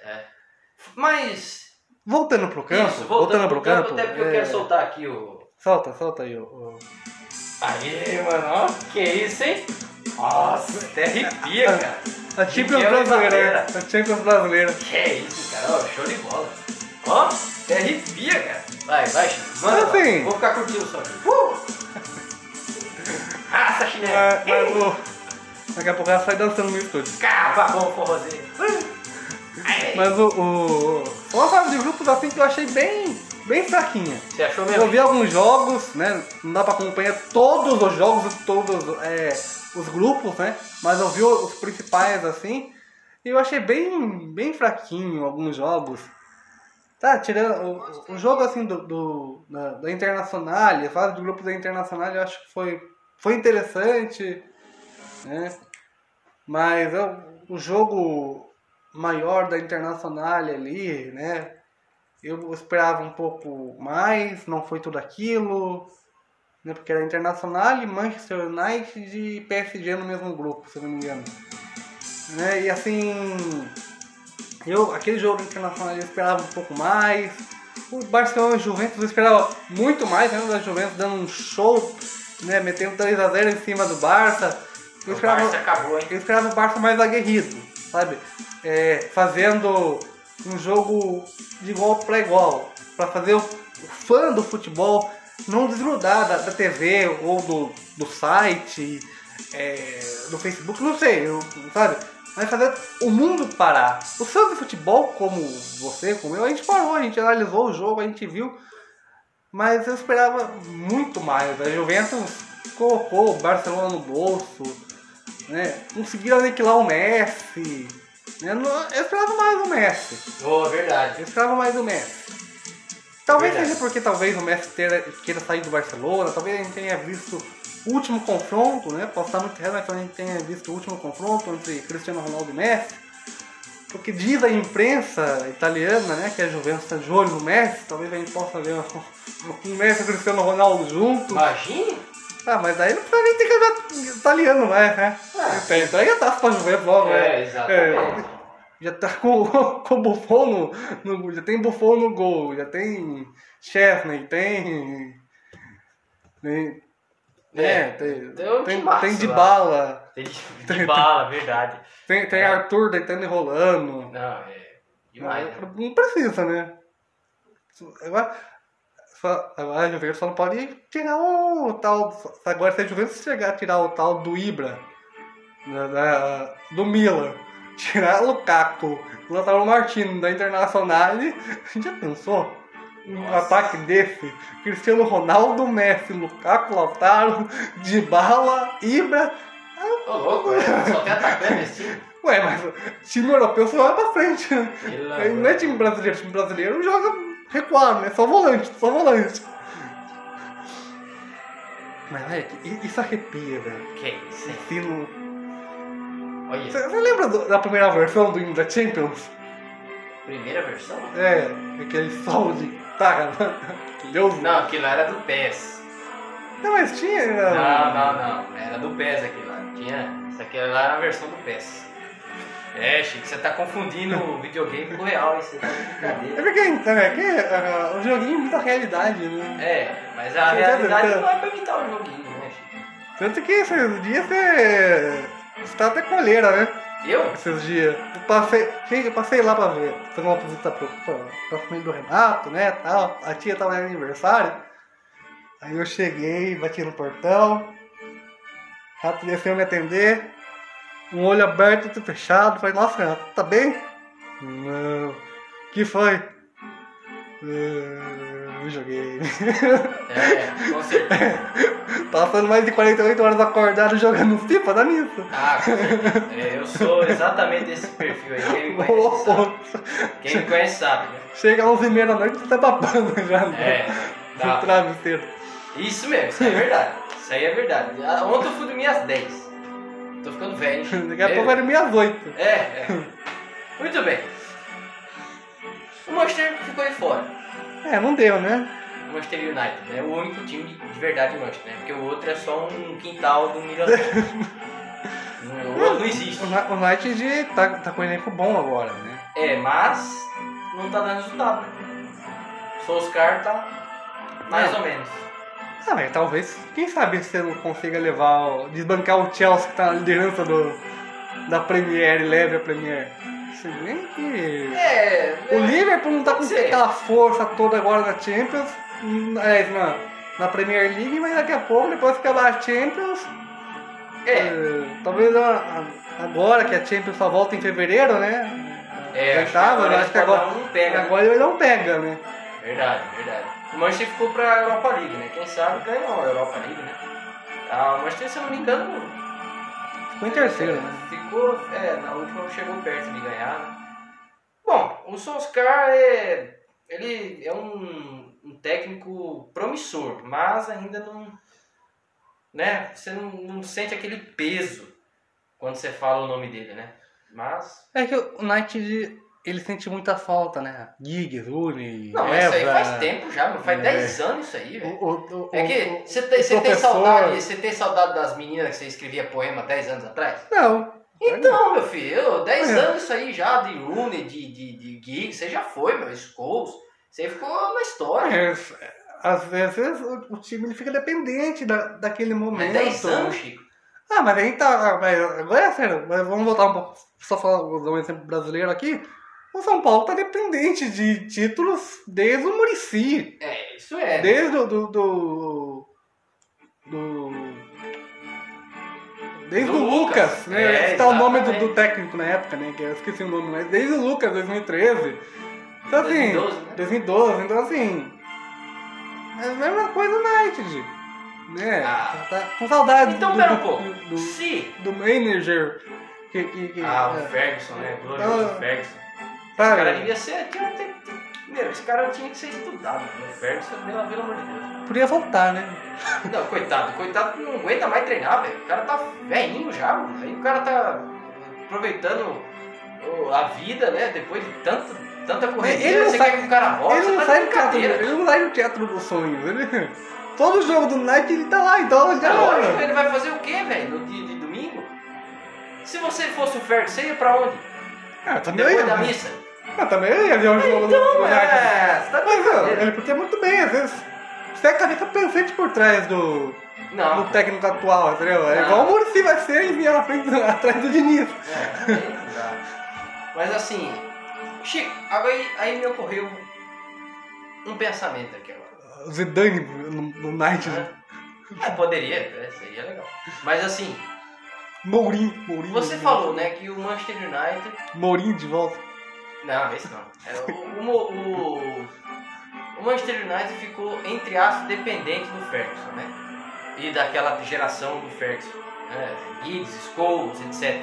Mas... Voltando pro campo. Isso, voltando pro campo. Até porque eu quero soltar aqui o... Solta aí o... Aí, mano. Ó, que isso, hein? Nossa, até arrepia, cara. A Champions brasileira. A Champions brasileira. Que isso, cara. Ó, show de bola. Ó, até arrepia, cara. Vai, Chico. Manda, assim, vou ficar curtindo só. Raça chinelo. Daqui a pouco ela sai dançando no estúdio. Cava bom forrozinho. Mas uma fase de grupos assim que eu achei bem fraquinha. Você achou mesmo? Eu vi alguns jogos, né? Não dá pra acompanhar todos os jogos, todos os grupos, né? Mas eu vi os principais assim. E eu achei bem fraquinho alguns jogos. Tá, tirando o jogo assim da Internacional, a fase de grupos da Internacional, eu acho que foi interessante, né? Mas o jogo maior da Internacional ali, né? Eu esperava um pouco mais, não foi tudo aquilo, né? Porque era Internacional, Manchester United e PSG no mesmo grupo, se eu não me engano. Né? E assim, aquele jogo Internacional eu esperava um pouco mais. O Barcelona e Juventus eu esperava muito mais, né? Da Juventus dando um show, né? Metendo 3-0 em cima do Barça. O Barça acabou, hein? Eu esperava o Barça mais aguerrido, sabe? Fazendo um jogo de igual para igual, para fazer o fã do futebol não desgrudar da TV ou do site, do Facebook, não sei, sabe? Mas fazer o mundo parar. O fã do futebol, como você, como eu, a gente parou, a gente analisou o jogo, a gente viu, mas eu esperava muito mais. A Juventus colocou o Barcelona no bolso, né? Conseguiram aniquilar o Messi. Eu esperava mais o Messi. Verdade. Eu esperava mais o Messi. Talvez verdade. seja porque talvez o Messi queira sair do Barcelona, talvez a gente tenha visto o último confronto, né? Posso estar muito errado, mas a gente tenha visto o último confronto entre Cristiano Ronaldo e Messi. Porque diz a imprensa italiana, né, que a Juventus está de olho no Messi, talvez a gente possa ver um Messi e o Cristiano Ronaldo juntos. Imagina! Ah, mas daí não precisa nem ter campeonato italiano mais, né? Então aí já tá pra Juventus logo, né? Exatamente. Já tá com o Buffon já tem Buffon no gol, já tem Chesney, tem Dybala. Tem Dybala, verdade. Tem Arthur deitando e rolando. Não, demais. Não precisa, né? Agora a Juventus só não pode tirar o tal. Agora se a Juventus chegar a tirar o tal do Ibra, do Milan, tirar o Lukaku, o Lautaro Martino da Internacional, já pensou? Um ataque desse? Cristiano Ronaldo, Messi, Lukaku, Lautaro, Dybala, Ibra. Ô louco, só tem atacante nesse time. Ué, mas time europeu só vai pra frente, né? Não é time brasileiro joga recuado, né? Só volante. Mas olha, isso arrepia, velho. Que isso? Ensino. Olha. Você lembra da primeira versão do hino da Champions? Primeira versão? Aquele sol de taca. Não, aquilo lá era do PES. Não, mas tinha. Não. Era do PES aquilo lá. Isso aqui lá era a versão do PES. Chico, você tá confundindo o videogame com o real, isso tá brincadeira. Porque então, o joguinho é muita realidade, né? Mas a realidade não é pra imitar o joguinho, né, Chico? Tanto que esses dias você tá até colheira, né? Eu? Esses dias. Eu passei lá pra ver, fazer uma visita pra família do Renato, né, tal. A tia tava no aniversário. Aí eu cheguei, bati no portão. O Renato desceu me atender. Um olho aberto, outro fechado. Falei, nossa, Renato, tá bem? Não. Que foi? Videogame. Com certeza. Passando mais de 48 horas acordado jogando FIFA, dá nisso. Com certeza. Eu sou exatamente desse perfil aí. Quem me conhece sabe. Né? Chega às 11h30 da noite e você tá babando já. No travesseiro. Isso mesmo, isso aí é verdade. Ontem eu fui dormir às 10. Tô ficando velho. Daqui a pouco vai dormir às 8. Muito bem. O Manchester ficou aí fora. Não deu, né? O Manchester United, né? O único time de verdade do Manchester, né? Porque o outro é só um quintal do Milan. O outro não existe. O United tá com um elenco bom agora, né? Mas não tá dando resultado. O Solskjaer tá mais ou menos. Mas talvez, quem sabe você não consiga desbancar o Chelsea que tá na liderança da Premier e leve a Premier. Se bem que o Liverpool não tá com aquela força toda agora na Champions, na Premier League, mas daqui a pouco, depois que acabar a Champions, talvez agora que a Champions só volta em fevereiro, né? Acho que agora ele não pega, né? Verdade. O Manchester ficou pra Europa League, né? Quem sabe ganhou a Europa League, né? O Manchester, se eu não me engano, ficou em terceiro, né? Na última chegou perto de ganhar, né? Bom, o Solskjaer ele é um técnico promissor, mas ainda não, né? Você não sente aquele peso quando você fala o nome dele, né? Mas É que o United, ele sente muita falta, né? Giggs, Rooney, não, mas isso aí Evra, faz tempo já, meu. Faz 10 anos isso aí, velho. É que você professor... tem saudade das meninas que você escrevia poema 10 anos atrás? Não. Então, meu filho, 10 anos isso aí já, de Rooney, de Giggs, você já foi, meu, Scholes, você ficou na história. Às vezes o time ele fica dependente daquele momento. Mas 10 anos, Chico? Ah, mas a gente tá... Agora é sério, mas vamos voltar um pouco, só falar, vou dar um exemplo brasileiro aqui. O São Paulo tá dependente de títulos desde o Muricy. É, isso é. Desde desde o Lucas, né? Citar o nome do técnico na época, né? Que eu esqueci o nome, mas desde o Lucas, 2013. Então assim, 2012, né? 2012, então assim, é a mesma coisa no United, né? Tá com saudade então, pera um pouco. do manager que o Ferguson, né? Glorioso Ferguson. Esse cara devia ser... esse cara tinha que ser estudado, né? O Ferguson, pelo amor de Deus. Podia voltar, né? Não, coitado não aguenta mais treinar, velho. O cara tá velhinho já, mano. Aí o cara tá aproveitando a vida, né? Depois de tanta correria, você quer que o cara volte, ele não sai do teatro dos sonhos. Todo jogo do United ele tá lá, então... Lógico, ele vai fazer o quê, velho? No dia de domingo? Se você fosse o Ferguson, você ia pra onde? Depois da missa? Também ia ver um jogo do United. Você tá mas ele podia muito bem, às vezes... Você é a cabeça pensante por trás do técnico atual, entendeu? É igual o Muricy vai ser enviar na frente, atrás do Diniz. Mas assim, Chico, aí me ocorreu um pensamento aqui agora. Zidane no United. Poderia, seria legal. Mas assim... Mourinho. Você falou, né, que o Manchester United... Mourinho de volta. Não, esse não. O Manchester United ficou, entre aspas, dependente do Ferguson, né? E daquela geração do Ferguson. Né? Giggs, Scholes, etc.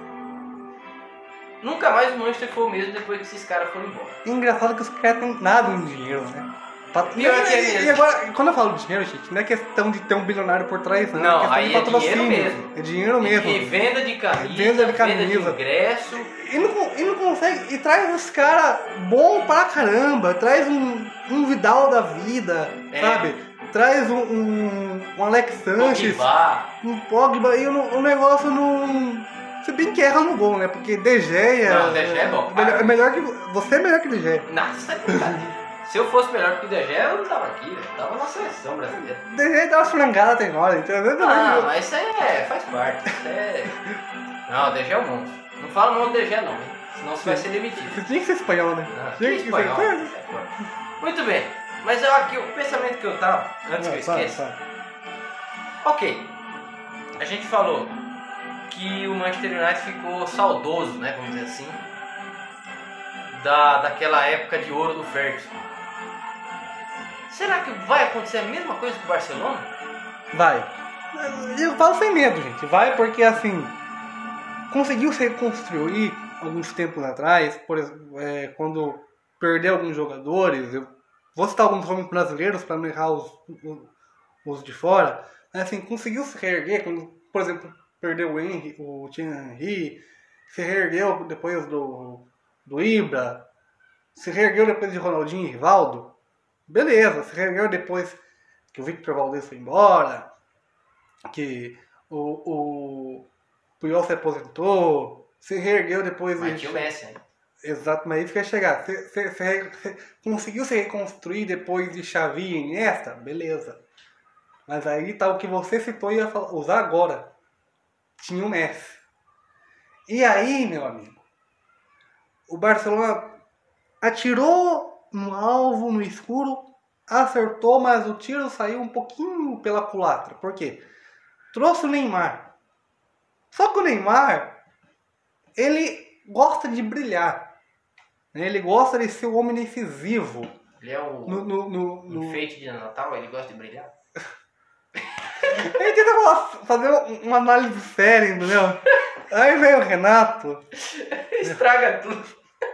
Nunca mais o Manchester foi o mesmo depois que esses caras foram embora. Engraçado que os caras têm nada em dinheiro, né? E agora, quando eu falo de dinheiro, gente, não é questão de ter um bilionário por trás, não. Não, é aí é dinheiro mesmo. É dinheiro mesmo. E venda de camisa, venda de ingresso. E não consegue. E traz os caras bom pra caramba. Traz um Vidal da vida, sabe? Traz um Alex Sanches. Um Pogba. E o negócio não... Se bem que erra no gol, né? Porque De Gea... Não, De Gea é bom. Você é melhor que De Gea. Nossa, brincadeira. Se eu fosse melhor que o De Gea, eu não tava aqui, velho. Tava na seleção brasileira. De Gea dá uma frangada tem hora, entendeu? Mas isso aí faz parte. Não, o De Gea é um monstro. Não fala o nome do De Gea, não, hein? Senão você vai ser demitido. Você tinha que ser espanhol, né? Tinha que ser espanhol. Muito bem. Mas aqui, o pensamento que eu tava, antes que eu esqueça. Ok. A gente falou que o Manchester United ficou saudoso, né? Vamos dizer assim. Daquela época de ouro do Ferguson. Será que vai acontecer a mesma coisa com o Barcelona? Vai. Eu falo sem medo, gente. Vai porque, assim, conseguiu se reconstruir alguns tempos atrás, por exemplo, quando perdeu alguns jogadores. Eu vou citar alguns nomes brasileiros para não errar os de fora. Assim, conseguiu se reerguer, quando, por exemplo, perdeu o Thierry Henry, se reergueu depois do Ibra, se reergueu depois de Ronaldinho e Rivaldo. Beleza, se reergueu depois que o Victor Valdez foi embora, que o Puyol se aposentou, se reergueu depois... Mas tinha o Messi, né? Exato, mas aí fica chegar. Conseguiu se reconstruir depois de Xavi e Iniesta? Beleza. Mas aí tá o que você citou e ia usar agora. Tinha o Messi. E aí, meu amigo, o Barcelona atirou no alvo, no escuro, acertou, mas o tiro saiu um pouquinho pela culatra. Por quê? Trouxe o Neymar. Só que o Neymar, ele gosta de brilhar. Ele gosta de ser o homem decisivo. Ele é o enfeite de Natal, ele gosta de brilhar. Ele tenta fazer uma análise séria, entendeu? Aí vem o Renato. Estraga tudo.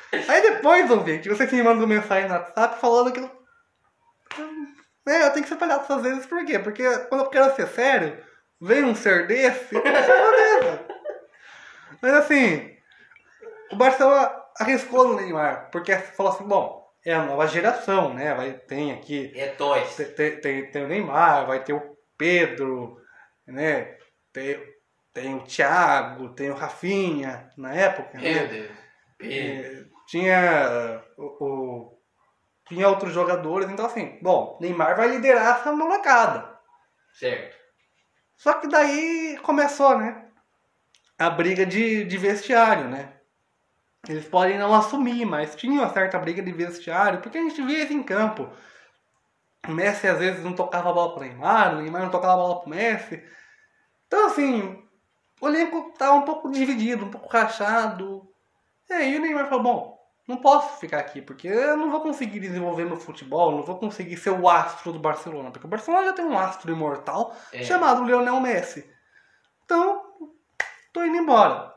Aí depois, ouvinte, você me manda uma mensagem no WhatsApp falando que eu tenho que ser palhaço às vezes, por quê? Porque quando eu quero ser sério, vem um ser desse, beleza. Mas assim, o Barcelona arriscou no Neymar, porque falou assim, bom, é a nova geração, né? Tem aqui. É toys. Tem o Neymar, vai ter o Pedro, né? Tem o Thiago, tem o Rafinha na época. Meu Deus. Tinha outros jogadores, então assim, bom, Neymar vai liderar essa molecada. Certo. Só que daí começou, né? A briga de vestiário, né? Eles podem não assumir, mas tinha uma certa briga de vestiário, porque a gente via isso em campo. O Messi às vezes não tocava a bola pro Neymar, o Neymar não tocava a bola pro Messi. Então assim, o elenco estava um pouco dividido, um pouco rachado. E aí o Neymar falou, bom, não posso ficar aqui, porque eu não vou conseguir desenvolver meu futebol, não vou conseguir ser o astro do Barcelona, porque o Barcelona já tem um astro imortal chamado Lionel Messi. Então, tô indo embora.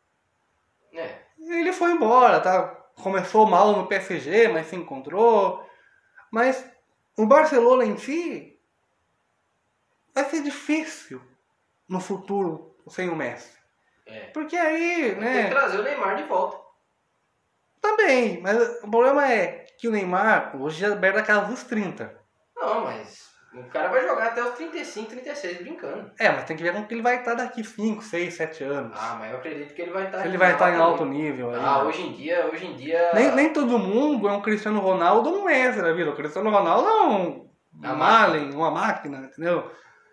Ele foi embora, tá? Começou mal no PSG, mas se encontrou. Mas o Barcelona em si vai ser difícil no futuro sem o Messi. Porque aí, né? Tem que trazer o Neymar de volta. Também, mas o problema é que o Neymar hoje já beira a casa dos 30. Não, mas o cara vai jogar até os 35, 36 brincando. Mas tem que ver como que ele vai estar daqui 5, 6, 7 anos. Mas eu acredito que ele vai estar... Ele vai estar em alto nível. Aí, hoje em dia... Nem todo mundo é um Cristiano Ronaldo ou um Messi da vida. O Cristiano Ronaldo é um alien, uma máquina, entendeu?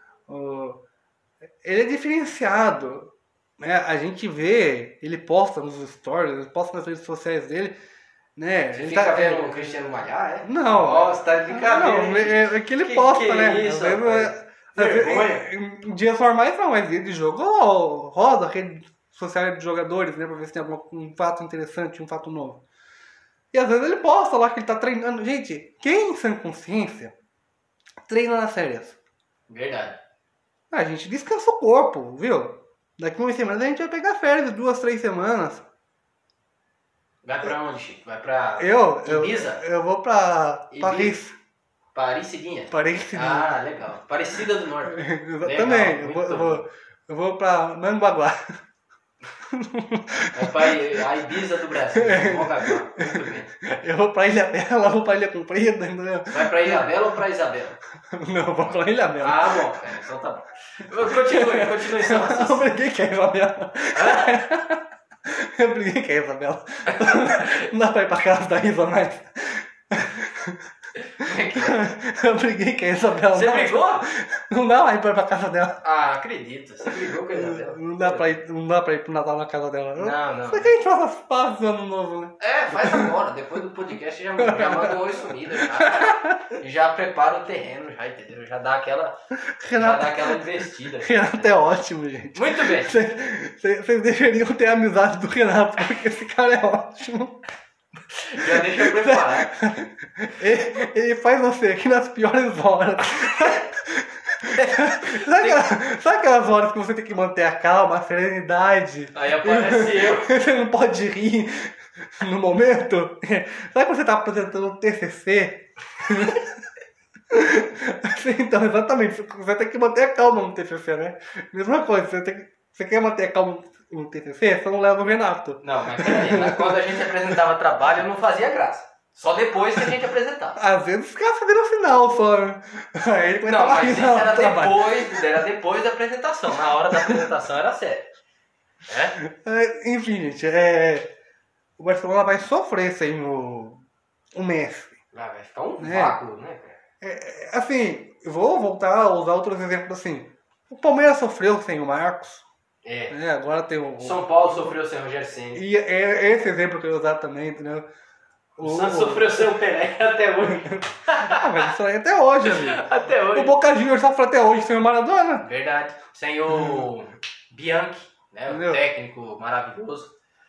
Ele é diferenciado. Né? A gente vê, ele posta nos stories, ele posta nas redes sociais dele, né? Você fica vendo o Cristiano malhar, é? Não. Nossa, tá de brincadeira. Não, é que ele posta, que né? Isso, às vezes, em dias normais não, mas ele jogou, roda a rede social de jogadores, né? Pra ver se tem um fato interessante, um fato novo. E às vezes ele posta lá que ele tá treinando. Gente, quem sem consciência treina nas férias? Verdade. A gente descansa o corpo, viu? Daqui umas semanas a gente vai pegar férias, 2, 3 semanas. Vai pra onde, Chico? Vai pra Ibiza? Eu vou pra Paris. Parecidinha? Parecidinha. Legal. Parecida do Norte. Também. Eu vou pra Manguaguá. É pra a Ibiza do Brasil. Muito bem. Eu vou pra Ilha Bela, vou pra Ilha Comprida, entendeu? Vai pra Ilha Bela ou pra Isabela? Não, eu vou pra Ilha Bela. Bom, cara. Então tá bom. Continue então. Eu briguei com a Isabela. Eu briguei com a Isabela. Não dá pra ir pra casa da Isa mais. Eu briguei com a Isabela. Você brigou? Não dá mais pra ir pra casa dela. Acredito. Você brigou com a Isabela. Não dá pra ir pro Natal na casa dela. Não. Só que a gente faz as pazes no ano novo, né? Faz agora. Depois do podcast já manda um oi sumida. Já prepara o terreno, já, entendeu? Já dá aquela investida. Renato é ótimo, gente. Muito bem. Vocês deveriam ter a amizade do Renato, porque esse cara é ótimo. Já deixa eu preparar. Ele faz você aqui nas piores horas. Sabe aquelas horas que você tem que manter a calma, a serenidade? Aí aparece eu. Você não pode rir no momento? Sabe quando você tá apresentando um TCC? Então, exatamente. Você tem que manter a calma no TCC, né? Mesma coisa, você quer manter a calma no TCC, você não leva o Renato. Não, mas peraí, quando a gente apresentava trabalho, eu não fazia graça. Só depois que a gente apresentava. Às vezes ficava sabendo o final só. Aí ele não, mas isso era depois da apresentação. Na hora da apresentação era sério. Enfim, gente, o Barcelona vai sofrer sem o Messi. Vai ficar um vácuo, né? Assim, eu vou voltar a usar outros exemplos assim. O Palmeiras sofreu sem o Marcos. Agora tem o... São Paulo sofreu sem o Rogério Ceni. E é esse exemplo que eu ia usar também, entendeu? O Santos sofreu sem o Pelé até hoje. Mas isso aí até hoje, amigo. Até hoje. O Boca Juniors sofre até hoje sem o Maradona. Verdade. Sem o Bianchi, né? O técnico maravilhoso.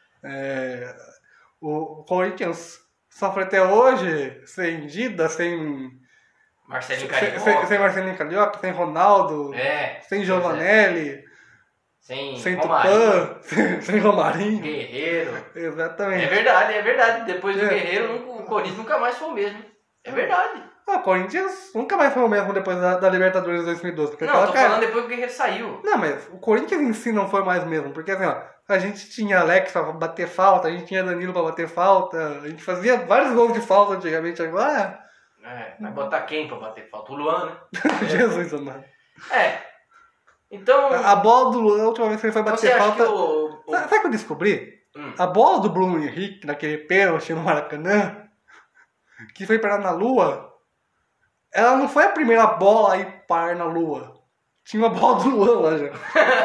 O Corinthians sofre até hoje sem Dida, sem Marcelinho Carioca. Sem Marcelinho Carioca, sem Ronaldo, sem Giovanelli. sem Tupã, sem Romarinho. Guerreiro. Exatamente. É verdade. Depois do Guerreiro, o Corinthians nunca mais foi o mesmo. É verdade. O Corinthians nunca mais foi o mesmo depois da Libertadores de 2012. Porque Não, tô falando depois que o Guerreiro saiu. Não, mas o Corinthians em si não foi mais o mesmo. Porque assim, ó, a gente tinha Alex pra bater falta, a gente tinha Danilo pra bater falta, a gente fazia vários gols de falta antigamente. Agora... Vai botar quem pra bater falta? O Luan, né? Jesus amado. Então... A bola do Luan, a última vez que ele foi bater falta... Sabe o que eu descobri? A bola do Bruno Henrique, naquele pênalti no Maracanã, que foi parar na Lua, ela não foi a primeira bola a ir parar na Lua. Tinha uma bola do Luan lá já.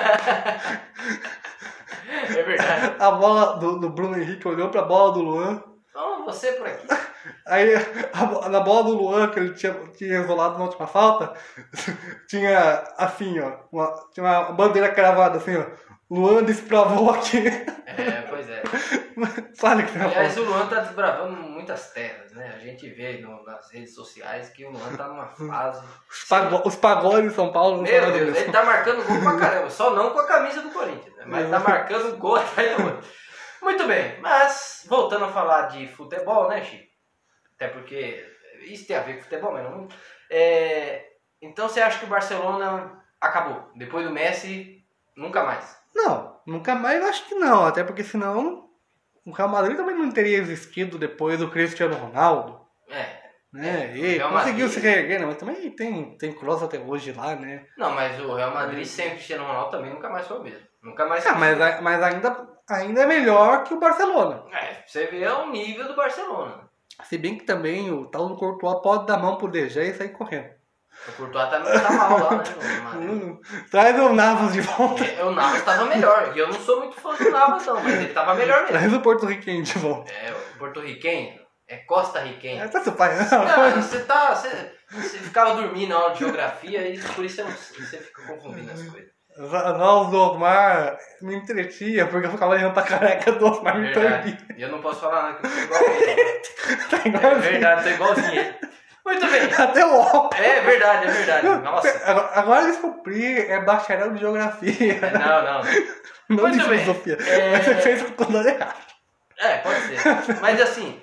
É verdade. A bola do Bruno Henrique olhou pra bola do Luan. Você por aqui. Aí, na bola do Luan, que ele tinha isolado na última falta, tinha assim, ó, tinha uma bandeira cravada assim, ó. Luan desbravou aqui. Pois é. Fala que você Aliás, o Luan tá desbravando muitas terras, né? A gente vê nas redes sociais que o Luan tá numa fase... Os pagodes de São Paulo não Meu Deus, ele tá marcando gol pra caramba. Só não com a camisa do Corinthians, né? Mas tá marcando gol atrás do outro. Muito bem, mas voltando a falar de futebol, né, Chico? Até porque isso tem a ver com futebol, mas não muito. Então você acha que o Barcelona acabou? Depois do Messi, nunca mais? Não, nunca mais eu acho que não. Até porque senão o Real Madrid também não teria existido depois do Cristiano Ronaldo. E conseguiu se reerguer, né? Mas também tem Kroos até hoje lá, né? Não, mas o Real Madrid sem o Cristiano Ronaldo também nunca mais foi o mesmo. Nunca mais mas ainda é melhor que o Barcelona. Você vê o nível do Barcelona. Se bem que também o tal do Courtois pode dar mão pro DG e sair correndo. O Courtois também tá mal lá, né? Traz o Navas de volta. O Navas tava melhor. E eu não sou muito fã do Navas, não, mas ele tava melhor mesmo. Traz o porto-riquenho de volta. O porto-riquenho? Costa-riquenho. Tá seu pai, não. Você ficava dormindo na aula de geografia e por isso você fica confundindo as coisas. Nós do Osmar me entretia porque eu ficava olhando pra careca do Osmar e me perdi. E eu não posso falar nada que eu sou igual a ele. Tá igualzinho. É verdade, tô igualzinho ele. Muito bem. Até o óculos. É verdade. Nossa. Agora eu descobri, é bacharel de geografia. Não. Não de filosofia. Mas você fez faculdade errado. Pode ser. Mas assim...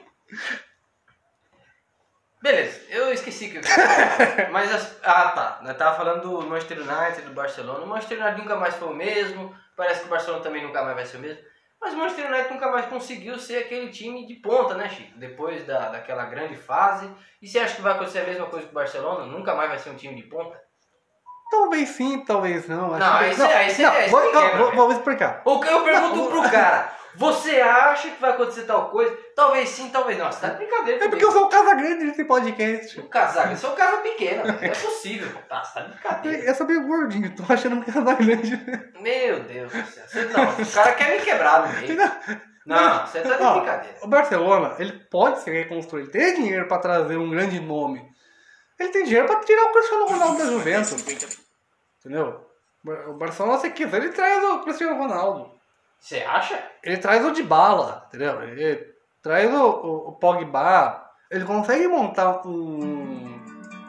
Beleza, eu esqueci que eu queria. Mas, tá. Eu tava falando do Manchester United, do Barcelona. O Manchester United nunca mais foi o mesmo. Parece que o Barcelona também nunca mais vai ser o mesmo. Mas o Manchester United nunca mais conseguiu ser aquele time de ponta, né, Chico? Depois daquela grande fase. E você acha que vai acontecer a mesma coisa com o Barcelona? Nunca mais vai ser um time de ponta? Talvez sim, talvez não. Vou explicar. O que eu pergunto pro cara... Você acha que vai acontecer tal coisa? Talvez sim, talvez não. Você tá de brincadeira. É porque eu sou o Casa Grande desse podcast. O Casa, eu sou o Casa Pequena, não é possível. Você tá de brincadeira. Eu sou meio gordinho, tô achando que Casa Grande. Meu Deus do céu. O cara quer me quebrar no meio. Não, você tá de brincadeira. O Barcelona, ele pode se reconstruir. Ele tem dinheiro pra trazer um grande nome. Ele tem dinheiro pra tirar o Cristiano Ronaldo da Juventus. Entendeu? O Barcelona, se quiser, ele traz o Cristiano Ronaldo. Você acha? Ele traz o Dybala, entendeu? Ele traz o Pogba. Ele consegue montar um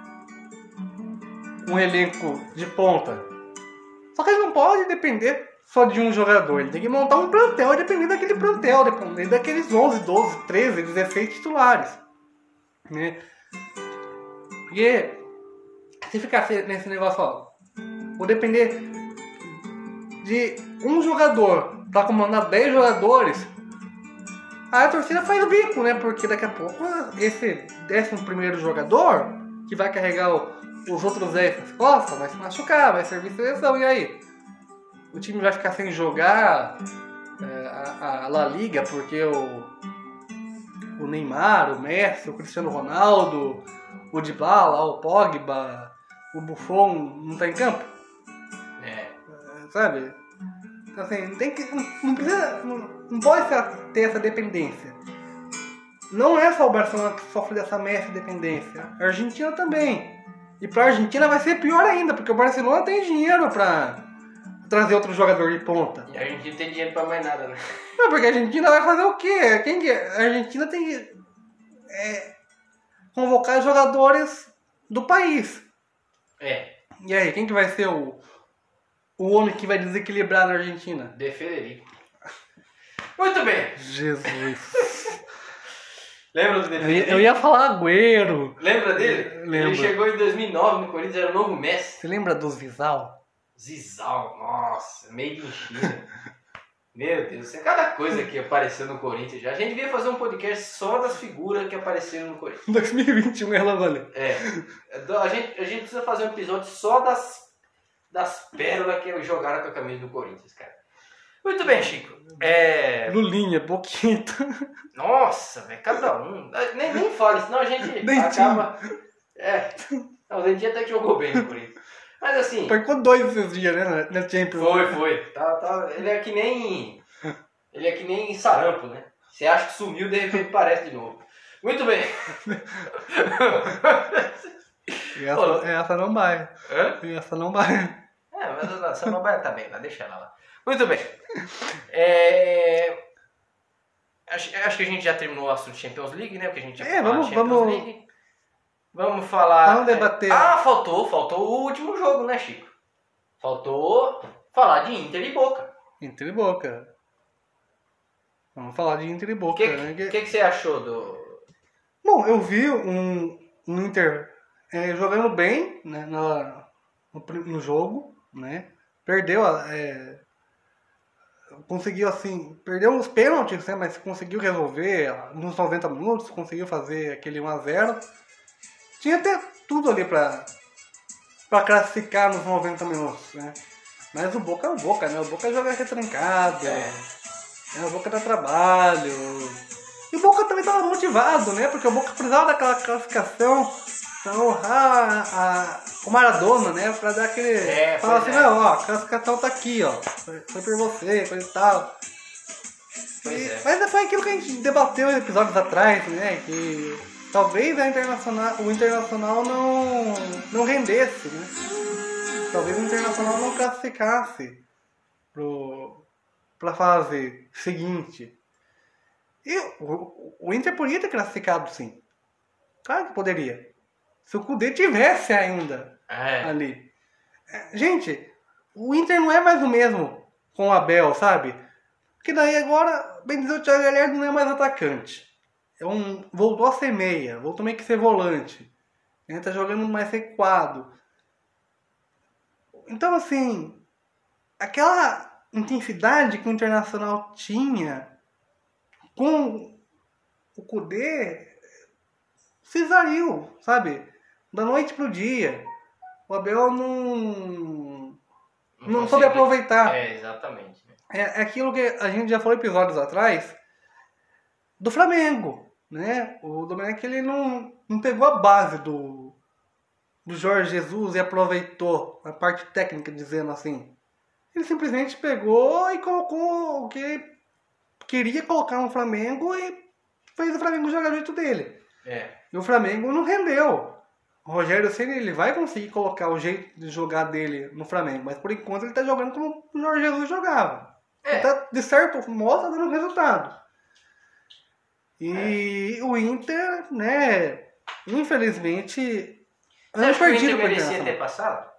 elenco de ponta. Só que ele não pode depender só de um jogador. Ele tem que montar um plantel e depender daquele plantel. Depender daqueles 11, 12, 13, 16 titulares. Né? Porque se ficar nesse negócio, ó, vou depender de um jogador pra comandar 10 jogadores, aí a torcida faz o bico, né? Porque daqui a pouco esse 11º jogador que vai carregar os outros 10 nas costas vai se machucar, vai servir seleção. E aí? O time vai ficar sem jogar a La Liga porque o Neymar, o Messi, o Cristiano Ronaldo, o Dybala, o Pogba, o Buffon não tá em campo? Sabe? Assim, não pode ter essa dependência. Não é só o Barcelona que sofre dessa mestra dependência. A Argentina também. E pra Argentina vai ser pior ainda, porque o Barcelona tem dinheiro pra trazer outro jogador de ponta. E a Argentina tem dinheiro pra mais nada, né? Não, porque a Argentina vai fazer o quê? A Argentina tem que convocar jogadores do país. É. E aí, quem que vai ser o homem que vai desequilibrar na Argentina? De Federico. Muito bem. Jesus. Lembra do De Federico? Eu ia falar Agüero. Lembra dele? Lembro. Ele chegou em 2009 no Corinthians, era o novo Messi. Você lembra do Zizal? Zizal, nossa, made in China. Meu Deus, é cada coisa que apareceu no Corinthians já. A gente devia fazer um podcast só das figuras que apareceram no Corinthians. 2021 ela valeu. A gente precisa fazer um episódio só das pérolas que jogaram com a camisa do Corinthians, cara. Muito bem, Chico. Lulinha, Boquita. Nossa, velho, cada um. Nem fale, senão a gente Dentinho. acaba. Não, o Dentinho até que jogou bem no Corinthians. Mas assim. Marcou 2 esses dias, né? Na Champions. Foi. Ele é que nem sarampo, né? Você acha que sumiu, de repente parece de novo. Muito bem. Essa não vai. Hã? Essa não vai. Mas essa não vai, tá bem, vai deixar ela lá. Muito bem. Acho que a gente já terminou o assunto Champions League, né? Porque a gente já falou de Champions League. Vamos falar. Vamos debater. Faltou o último jogo, né, Chico? Faltou falar de Inter e Boca. Inter e Boca. Vamos falar de Inter e O Boca. que você achou do. Bom, eu vi um Inter jogando bem, né, no jogo, né? Perdeu, conseguiu assim, perdeu uns pênaltis, né, mas conseguiu resolver nos 90 minutos, conseguiu fazer aquele 1-0. Tinha até tudo ali pra classificar nos 90 minutos, né? Mas o Boca é o Boca, né? O Boca joga retrancado, o Boca dá trabalho. E o Boca também estava motivado, né? Porque o Boca precisava daquela classificação pra honrar o Maradona, né? Pra dar aquele... falar assim, não, ó, a classificação tá aqui, ó. Foi por você, coisa e tal. Mas foi aquilo que a gente debateu em episódios atrás, né? Que talvez o Internacional não rendesse, né? Talvez o Internacional não classificasse pra fase seguinte. E o Inter poderia ter classificado, sim. Claro que poderia. Se o Kudê tivesse ainda ali. Gente, o Inter não é mais o mesmo com o Abel, sabe? Porque daí agora, bem dizer, o Thiago Galhardo não é mais atacante. Voltou a ser meia, voltou meio que ser volante. Ele tá jogando mais recuado. Então, assim, aquela intensidade que o Internacional tinha com o Kudê se esvaiu, sabe? Da noite pro dia. O Abel não soube aproveitar. Exatamente. É aquilo que a gente já falou episódios atrás do Flamengo, né? O Domenech, ele não pegou a base do Jorge Jesus e aproveitou a parte técnica, dizendo assim. Ele simplesmente pegou e colocou o que queria colocar no Flamengo e fez o Flamengo jogar do jeito dele. E o Flamengo não rendeu. O Rogério Ceni, ele vai conseguir colocar o jeito de jogar dele no Flamengo, mas por enquanto ele tá jogando como o Jorge Jesus jogava. Ele tá, de certo modo, tá dando resultado. E o Inter, né, infelizmente, Você acha que o Inter merecia ter passado?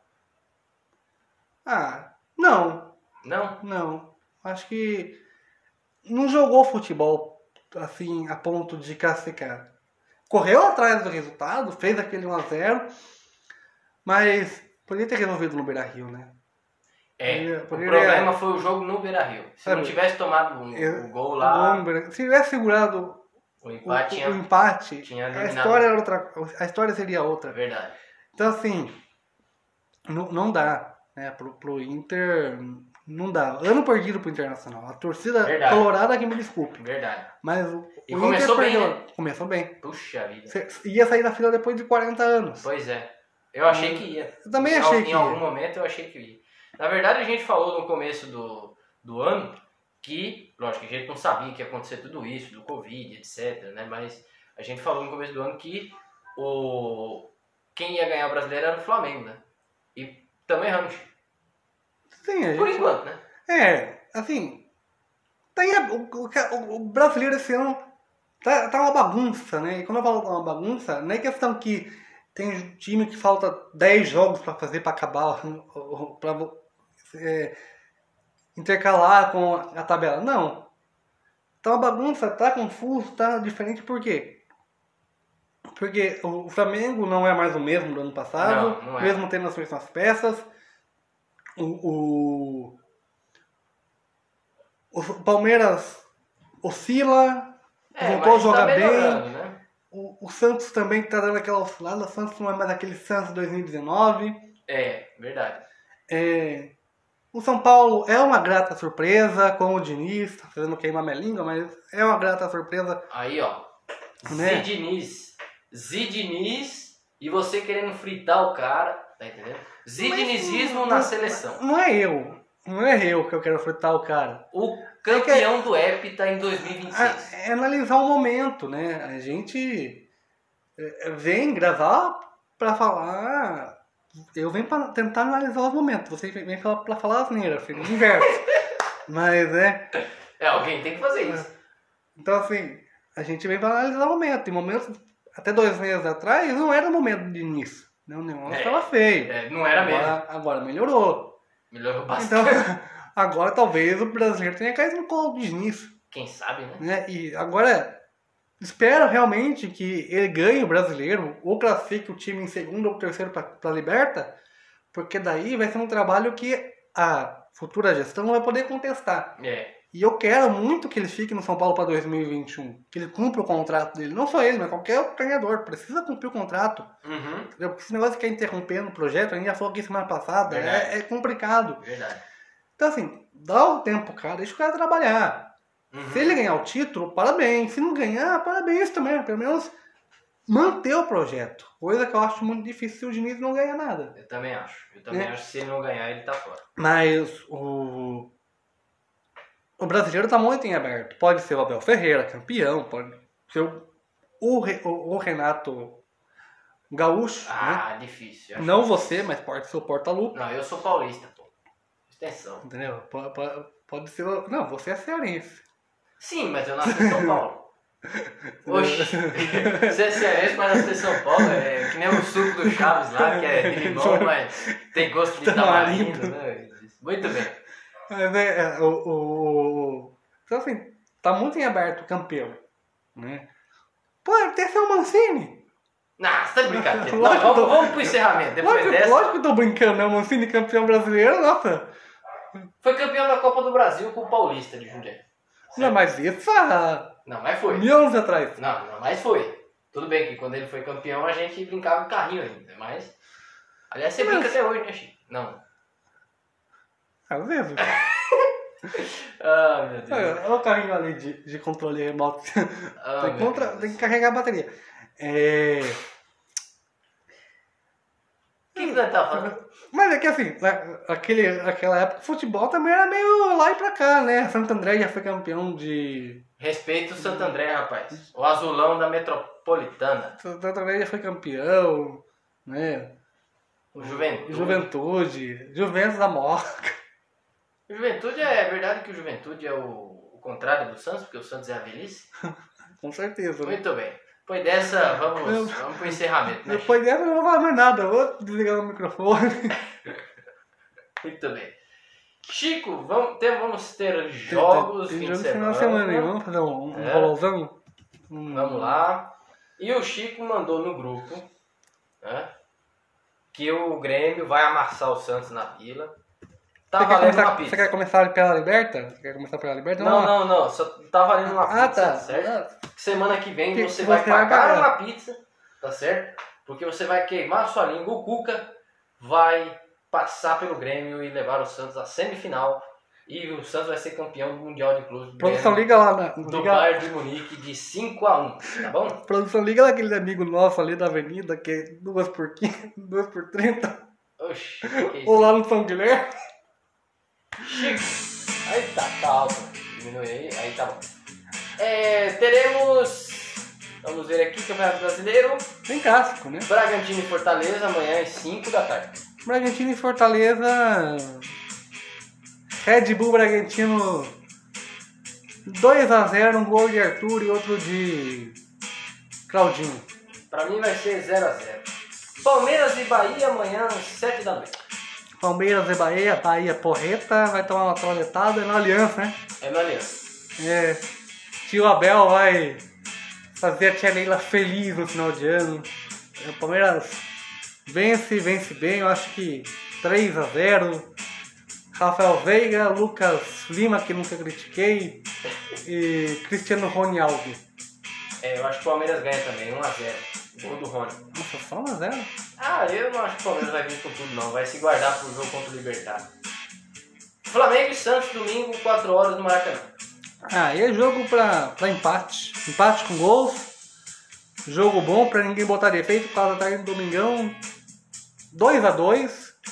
Não. Não? Não. Acho que não jogou futebol assim a ponto de classificar. Correu atrás do resultado, fez aquele 1-0, mas poderia ter resolvido no Beira-Rio, né? O problema foi o jogo no Beira-Rio. Se não tivesse tomado o gol lá... Se tivesse segurado o empate tinha a história seria outra. Verdade. Então, assim, não dá, né? Pro Inter, não dá. Ano perdido pro Internacional. A torcida colorada que me desculpe. Verdade. Mas E o começou Inter bem, né? Começou bem. Puxa vida. Ia sair da fila depois de 40 anos. Pois é. Eu achei que ia. Eu também achei que ia. Em algum momento eu achei que ia. Na verdade, a gente falou no começo do ano que, lógico, a gente não sabia que ia acontecer tudo isso, do Covid, etc, né? Mas a gente falou no começo do ano que quem ia ganhar o brasileiro era o Flamengo, né? E também erramos. Sim, por enquanto, né? Assim, o brasileiro esse ano tá uma bagunça, né? E quando eu falo uma bagunça, não é questão que tem time que falta 10 jogos pra fazer pra acabar, pra intercalar com a tabela. Não. Tá uma bagunça, tá confuso, tá diferente. Por quê? Porque o Flamengo não é mais o mesmo do ano passado, não é. Mesmo tendo as mesmas peças. O Palmeiras oscila, voltou a jogar bem. Né? O Santos também tá dando aquela oscilada. O Santos não é mais aquele Santos de 2019. Verdade. O São Paulo é uma grata surpresa com o Diniz, tá fazendo queimar minha língua, mas é uma grata surpresa. Aí, ó. Né? Zidiniz e você querendo fritar o cara, tá entendendo? Zidinizismo na seleção. Não é eu que eu quero fritar o cara. O campeão do Hepta em 2026. É analisar o momento, né? A gente vem gravar pra falar. Eu venho pra tentar analisar os momentos. Você vem pra falar asneira, filho. Inverso. Mas alguém tem que fazer isso. Então, assim, a gente vem pra analisar o momento. Em momentos, até 2 meses atrás, não era o momento de início. O negócio estava feio. Não era mesmo. Agora melhorou. Melhorou bastante. Então, agora talvez o brasileiro tenha caído no colo do Diniz. Quem sabe, né? E agora, espero realmente que ele ganhe o brasileiro, ou classifique o time em segundo ou terceiro para Liberta, porque daí vai ser um trabalho que a futura gestão não vai poder contestar. E eu quero muito que ele fique no São Paulo para 2021, que ele cumpra o contrato dele. Não só ele, mas qualquer treinador precisa cumprir o contrato. Entendeu? Porque esse negócio de ficar interrompendo o projeto, a gente já falou aqui semana passada, é complicado. Verdade. Então assim, dá o tempo, cara, deixa o cara trabalhar. Se ele ganhar o título, parabéns. Se não ganhar, parabéns também. Pelo menos manter o projeto. Coisa que eu acho muito difícil se o Diniz não ganhar nada. Eu também acho. Acho que se ele não ganhar, ele tá fora. Mas o brasileiro tá muito em aberto. Pode ser o Abel Ferreira, campeão. Pode ser o Renato Gaúcho. Né? Difícil. Não você, mas pode ser o Portaluppi. Não, eu sou paulista, pô. Extensão. Entendeu? Pode ser... Não, você é cearense. Sim, mas eu nasci em São Paulo. Oxi, você é cearense, mas nasci em São Paulo. É que nem o suco do Chaves lá, que é de limão, mas tem gosto de tamarindo, né? Muito bem. Mas então assim, tá muito em aberto o campeão, né? Pode até ser o Mancini. Não, você tá de brincadeira. Vamos pro encerramento. Depois dessa. Lógico que eu tô brincando, né? O Mancini campeão brasileiro, nossa. Foi campeão da Copa do Brasil com o Paulista de Jundiaí. Não, mas isso Não, mas foi. 1000 anos atrás. Não, mas foi. Tudo bem que quando ele foi campeão a gente brincava com carrinho ainda, mas... Aliás, você brinca até hoje, né, Chico? Não. Às vezes. Meu Deus. Olha o carrinho ali de controle remoto. Tem que carregar a bateria. O que você tá falando? Mas é que assim, aquela época o futebol também era meio lá e pra cá, né? Santo André já foi campeão de... Respeito o Santo André, rapaz. O azulão da Metropolitana. Santo André já foi campeão, né? O Juventude. Juventus da Moca. O Juventude é verdade que o Juventude é o contrário do Santos, porque o Santos é a velhice? Com certeza. Né? Muito bem. Depois dessa, vamos pro encerramento, né? Depois dessa eu não vou falar mais nada, eu vou desligar o microfone. Muito bem. Chico, vamos ter jogos tem fim jogo de final de semana aí, vamos fazer um bolãozão? Vamos lá. E o Chico mandou no grupo, né, que o Grêmio vai amassar o Santos na Vila. Tá valendo uma pizza. Você quer começar pela Liberta? Não. Só tá valendo uma pizza, tá. Certo? Semana que vem você vai pagar uma pizza, tá certo? Porque você vai queimar a sua língua. O Cuca vai passar pelo Grêmio e levar o Santos à semifinal. E o Santos vai ser campeão do Mundial de Clubes. Produção, liga lá. Do Bayern de Munique de 5-1, tá bom? Produção, liga lá aquele amigo nosso ali da avenida, que é 2 por 15, 2 por 30. Oxi. Ou lá no São Guilherme. Chico. Aí tá alto. Diminui aí tá bom. Teremos, vamos ver aqui, Campeonato Brasileiro. Tem clássico, né? Bragantino e Fortaleza, amanhã às 5 da tarde. Bragantino e Fortaleza. Red Bull Bragantino 2-0, um gol de Arthur e outro de Claudinho. Pra mim vai ser 0-0. Palmeiras e Bahia amanhã às 7 da noite. Palmeiras e Bahia porreta, vai tomar uma troletada na Aliança, né? É na Aliança. Tio Abel vai fazer a tia Leila feliz no final de ano. O Palmeiras vence bem, eu acho que 3-0. Rafael Veiga, Lucas Lima, que nunca critiquei, e Cristiano Ronaldo. Eu acho que o Palmeiras ganha também, 1-0. Gol do Rony. Nossa, só 1-0? Eu não acho que o Palmeiras vai vir com tudo não, vai se guardar pro jogo contra o Libertad. Flamengo e Santos, domingo, 4 horas no Maracanã. E é jogo pra empate. Empate com gols. Jogo bom pra ninguém botar defeito. 4 da tarde no domingão. 2-2.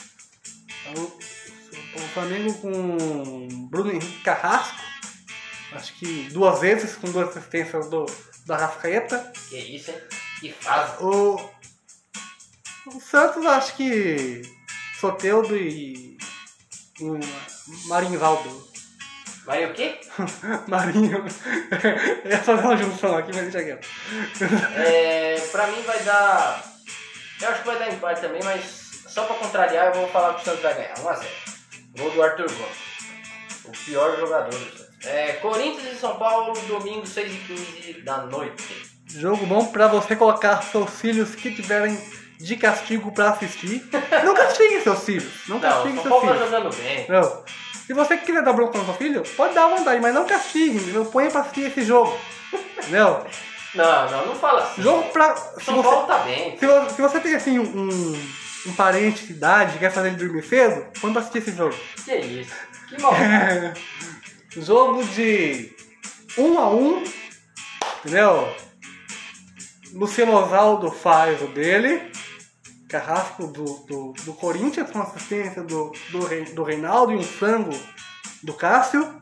O Flamengo com Bruno Henrique Carrasco. Acho que 2 vezes com 2 assistências da Arrascaeta. Que isso, hein? Que fase. O Santos, acho que Soteldo e Marinvaldo. Marinho o quê? Marinho. Eu ia fazer uma junção aqui, mas deixa quieto. Pra mim vai dar... Eu acho que vai dar empate também, mas só pra contrariar eu vou falar que o Santos vai ganhar. 1-0. Gol do Arthur Gomes. O pior jogador do Santos. Corinthians e São Paulo, domingo, 6h15 da noite. Jogo bom pra você colocar seus filhos que tiverem de castigo pra assistir. Não castigue seus filhos. Não castigue seus filhos. São Paulo tá jogando bem. Não. Se você quiser dar bronca no seu filho, pode dar à vontade, mas não castigue, entendeu? Põe pra assistir esse jogo. Entendeu? Não fala assim. Jogo pra... São Paulo tá bem. Se você tem assim um parente de idade que quer fazer ele dormir cedo, põe pra assistir esse jogo. Que isso? Que mal. Jogo de 1-1, entendeu? Luciano Osvaldo faz o dele. Carrasco do Corinthians com assistência do Reinaldo e um frango do Cássio.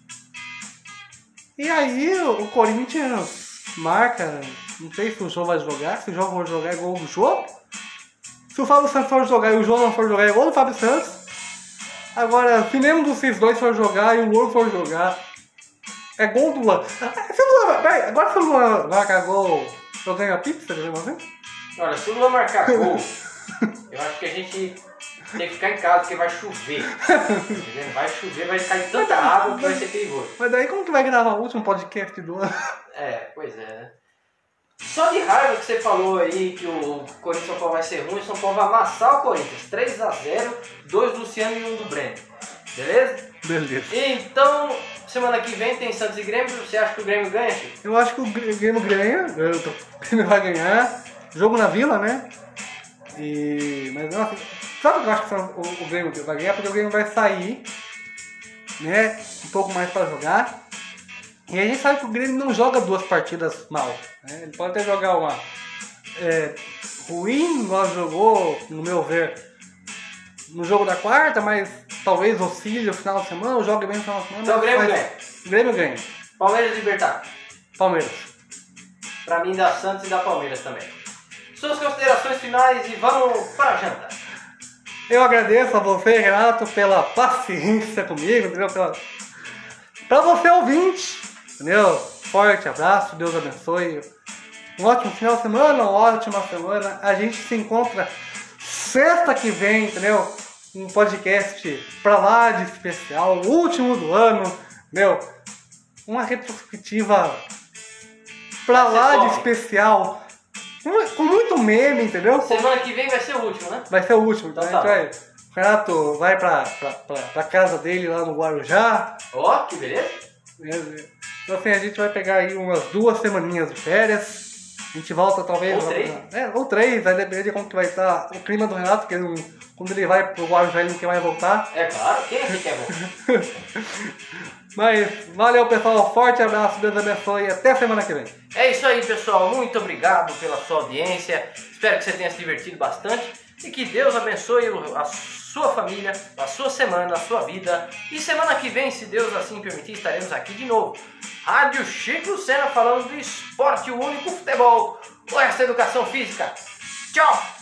E aí o Corinthians marca, não sei se o Jô vai jogar, se o Jô for jogar é gol do Jô. Se o Fábio Santos for jogar e o Jô não for jogar é gol do Fábio Santos. Agora, se nenhum dos dois for jogar e o Luan for jogar, é gol do Luan. Agora se o Luan marcar gol, eu ganho a pizza, quer dizer assim? Olha, se o Luan marcar gol, eu acho que a gente tem que ficar em casa, porque vai chover. Entendeu? Vai chover, vai cair tanta água que vai ser perigoso. Mas daí como que vai gravar o último podcast do ano? Pois é, né? Só de raiva que você falou aí que o Corinthians São Paulo vai ser ruim, o São Paulo vai amassar o Corinthians. 3-0, 2 do Luciano e 1 do Breno. Beleza? Beleza. Então, semana que vem tem Santos e Grêmio. Você acha que o Grêmio ganha, Chico? Eu acho que o Grêmio ganha. O Grêmio vai ganhar. Jogo na Vila, né? Mas nossa, sabe o que eu acho que o Grêmio vai ganhar? Porque o Grêmio vai sair, né? Um pouco mais pra jogar. E a gente sabe que o Grêmio não joga 2 partidas mal. Né? Ele pode até jogar uma ruim, igual jogou, no meu ver, no jogo da quarta, mas talvez oscile no final de semana, ou jogue bem no final de semana. Então o Grêmio ganha. O Grêmio ganha. Palmeiras e Libertad. Palmeiras. Pra mim dá Santos e dá Palmeiras também. Suas considerações finais e vamos para a janta. Eu agradeço a você, Renato, pela paciência comigo, entendeu? Pra você, ouvinte, entendeu? Forte abraço, Deus abençoe. Um ótimo final de semana, uma ótima semana. A gente se encontra sexta que vem, entendeu? Um podcast pra lá de especial, o último do ano, entendeu? Uma retrospectiva pra lá de especial. Com muito meme, entendeu? Semana que vem vai ser o último, né? Vai ser o último, então tá. O Renato vai pra casa dele lá no Guarujá. Ó, que beleza. Então assim, a gente vai pegar aí umas 2 semaninhas de férias. A gente volta talvez... Ou 3, vai depender de como que vai estar o clima do Renato, porque quando ele vai pro Guarujá ele não quer mais voltar. É claro, quem aqui quer voltar? Mas valeu, pessoal, forte abraço, Deus abençoe e até semana que vem. É isso aí, pessoal, muito obrigado pela sua audiência, espero que você tenha se divertido bastante e que Deus abençoe a sua família, a sua semana, a sua vida. E semana que vem, se Deus assim permitir, estaremos aqui de novo. Rádio Chico Sena falando do esporte, o único futebol, o resto é educação física. Tchau!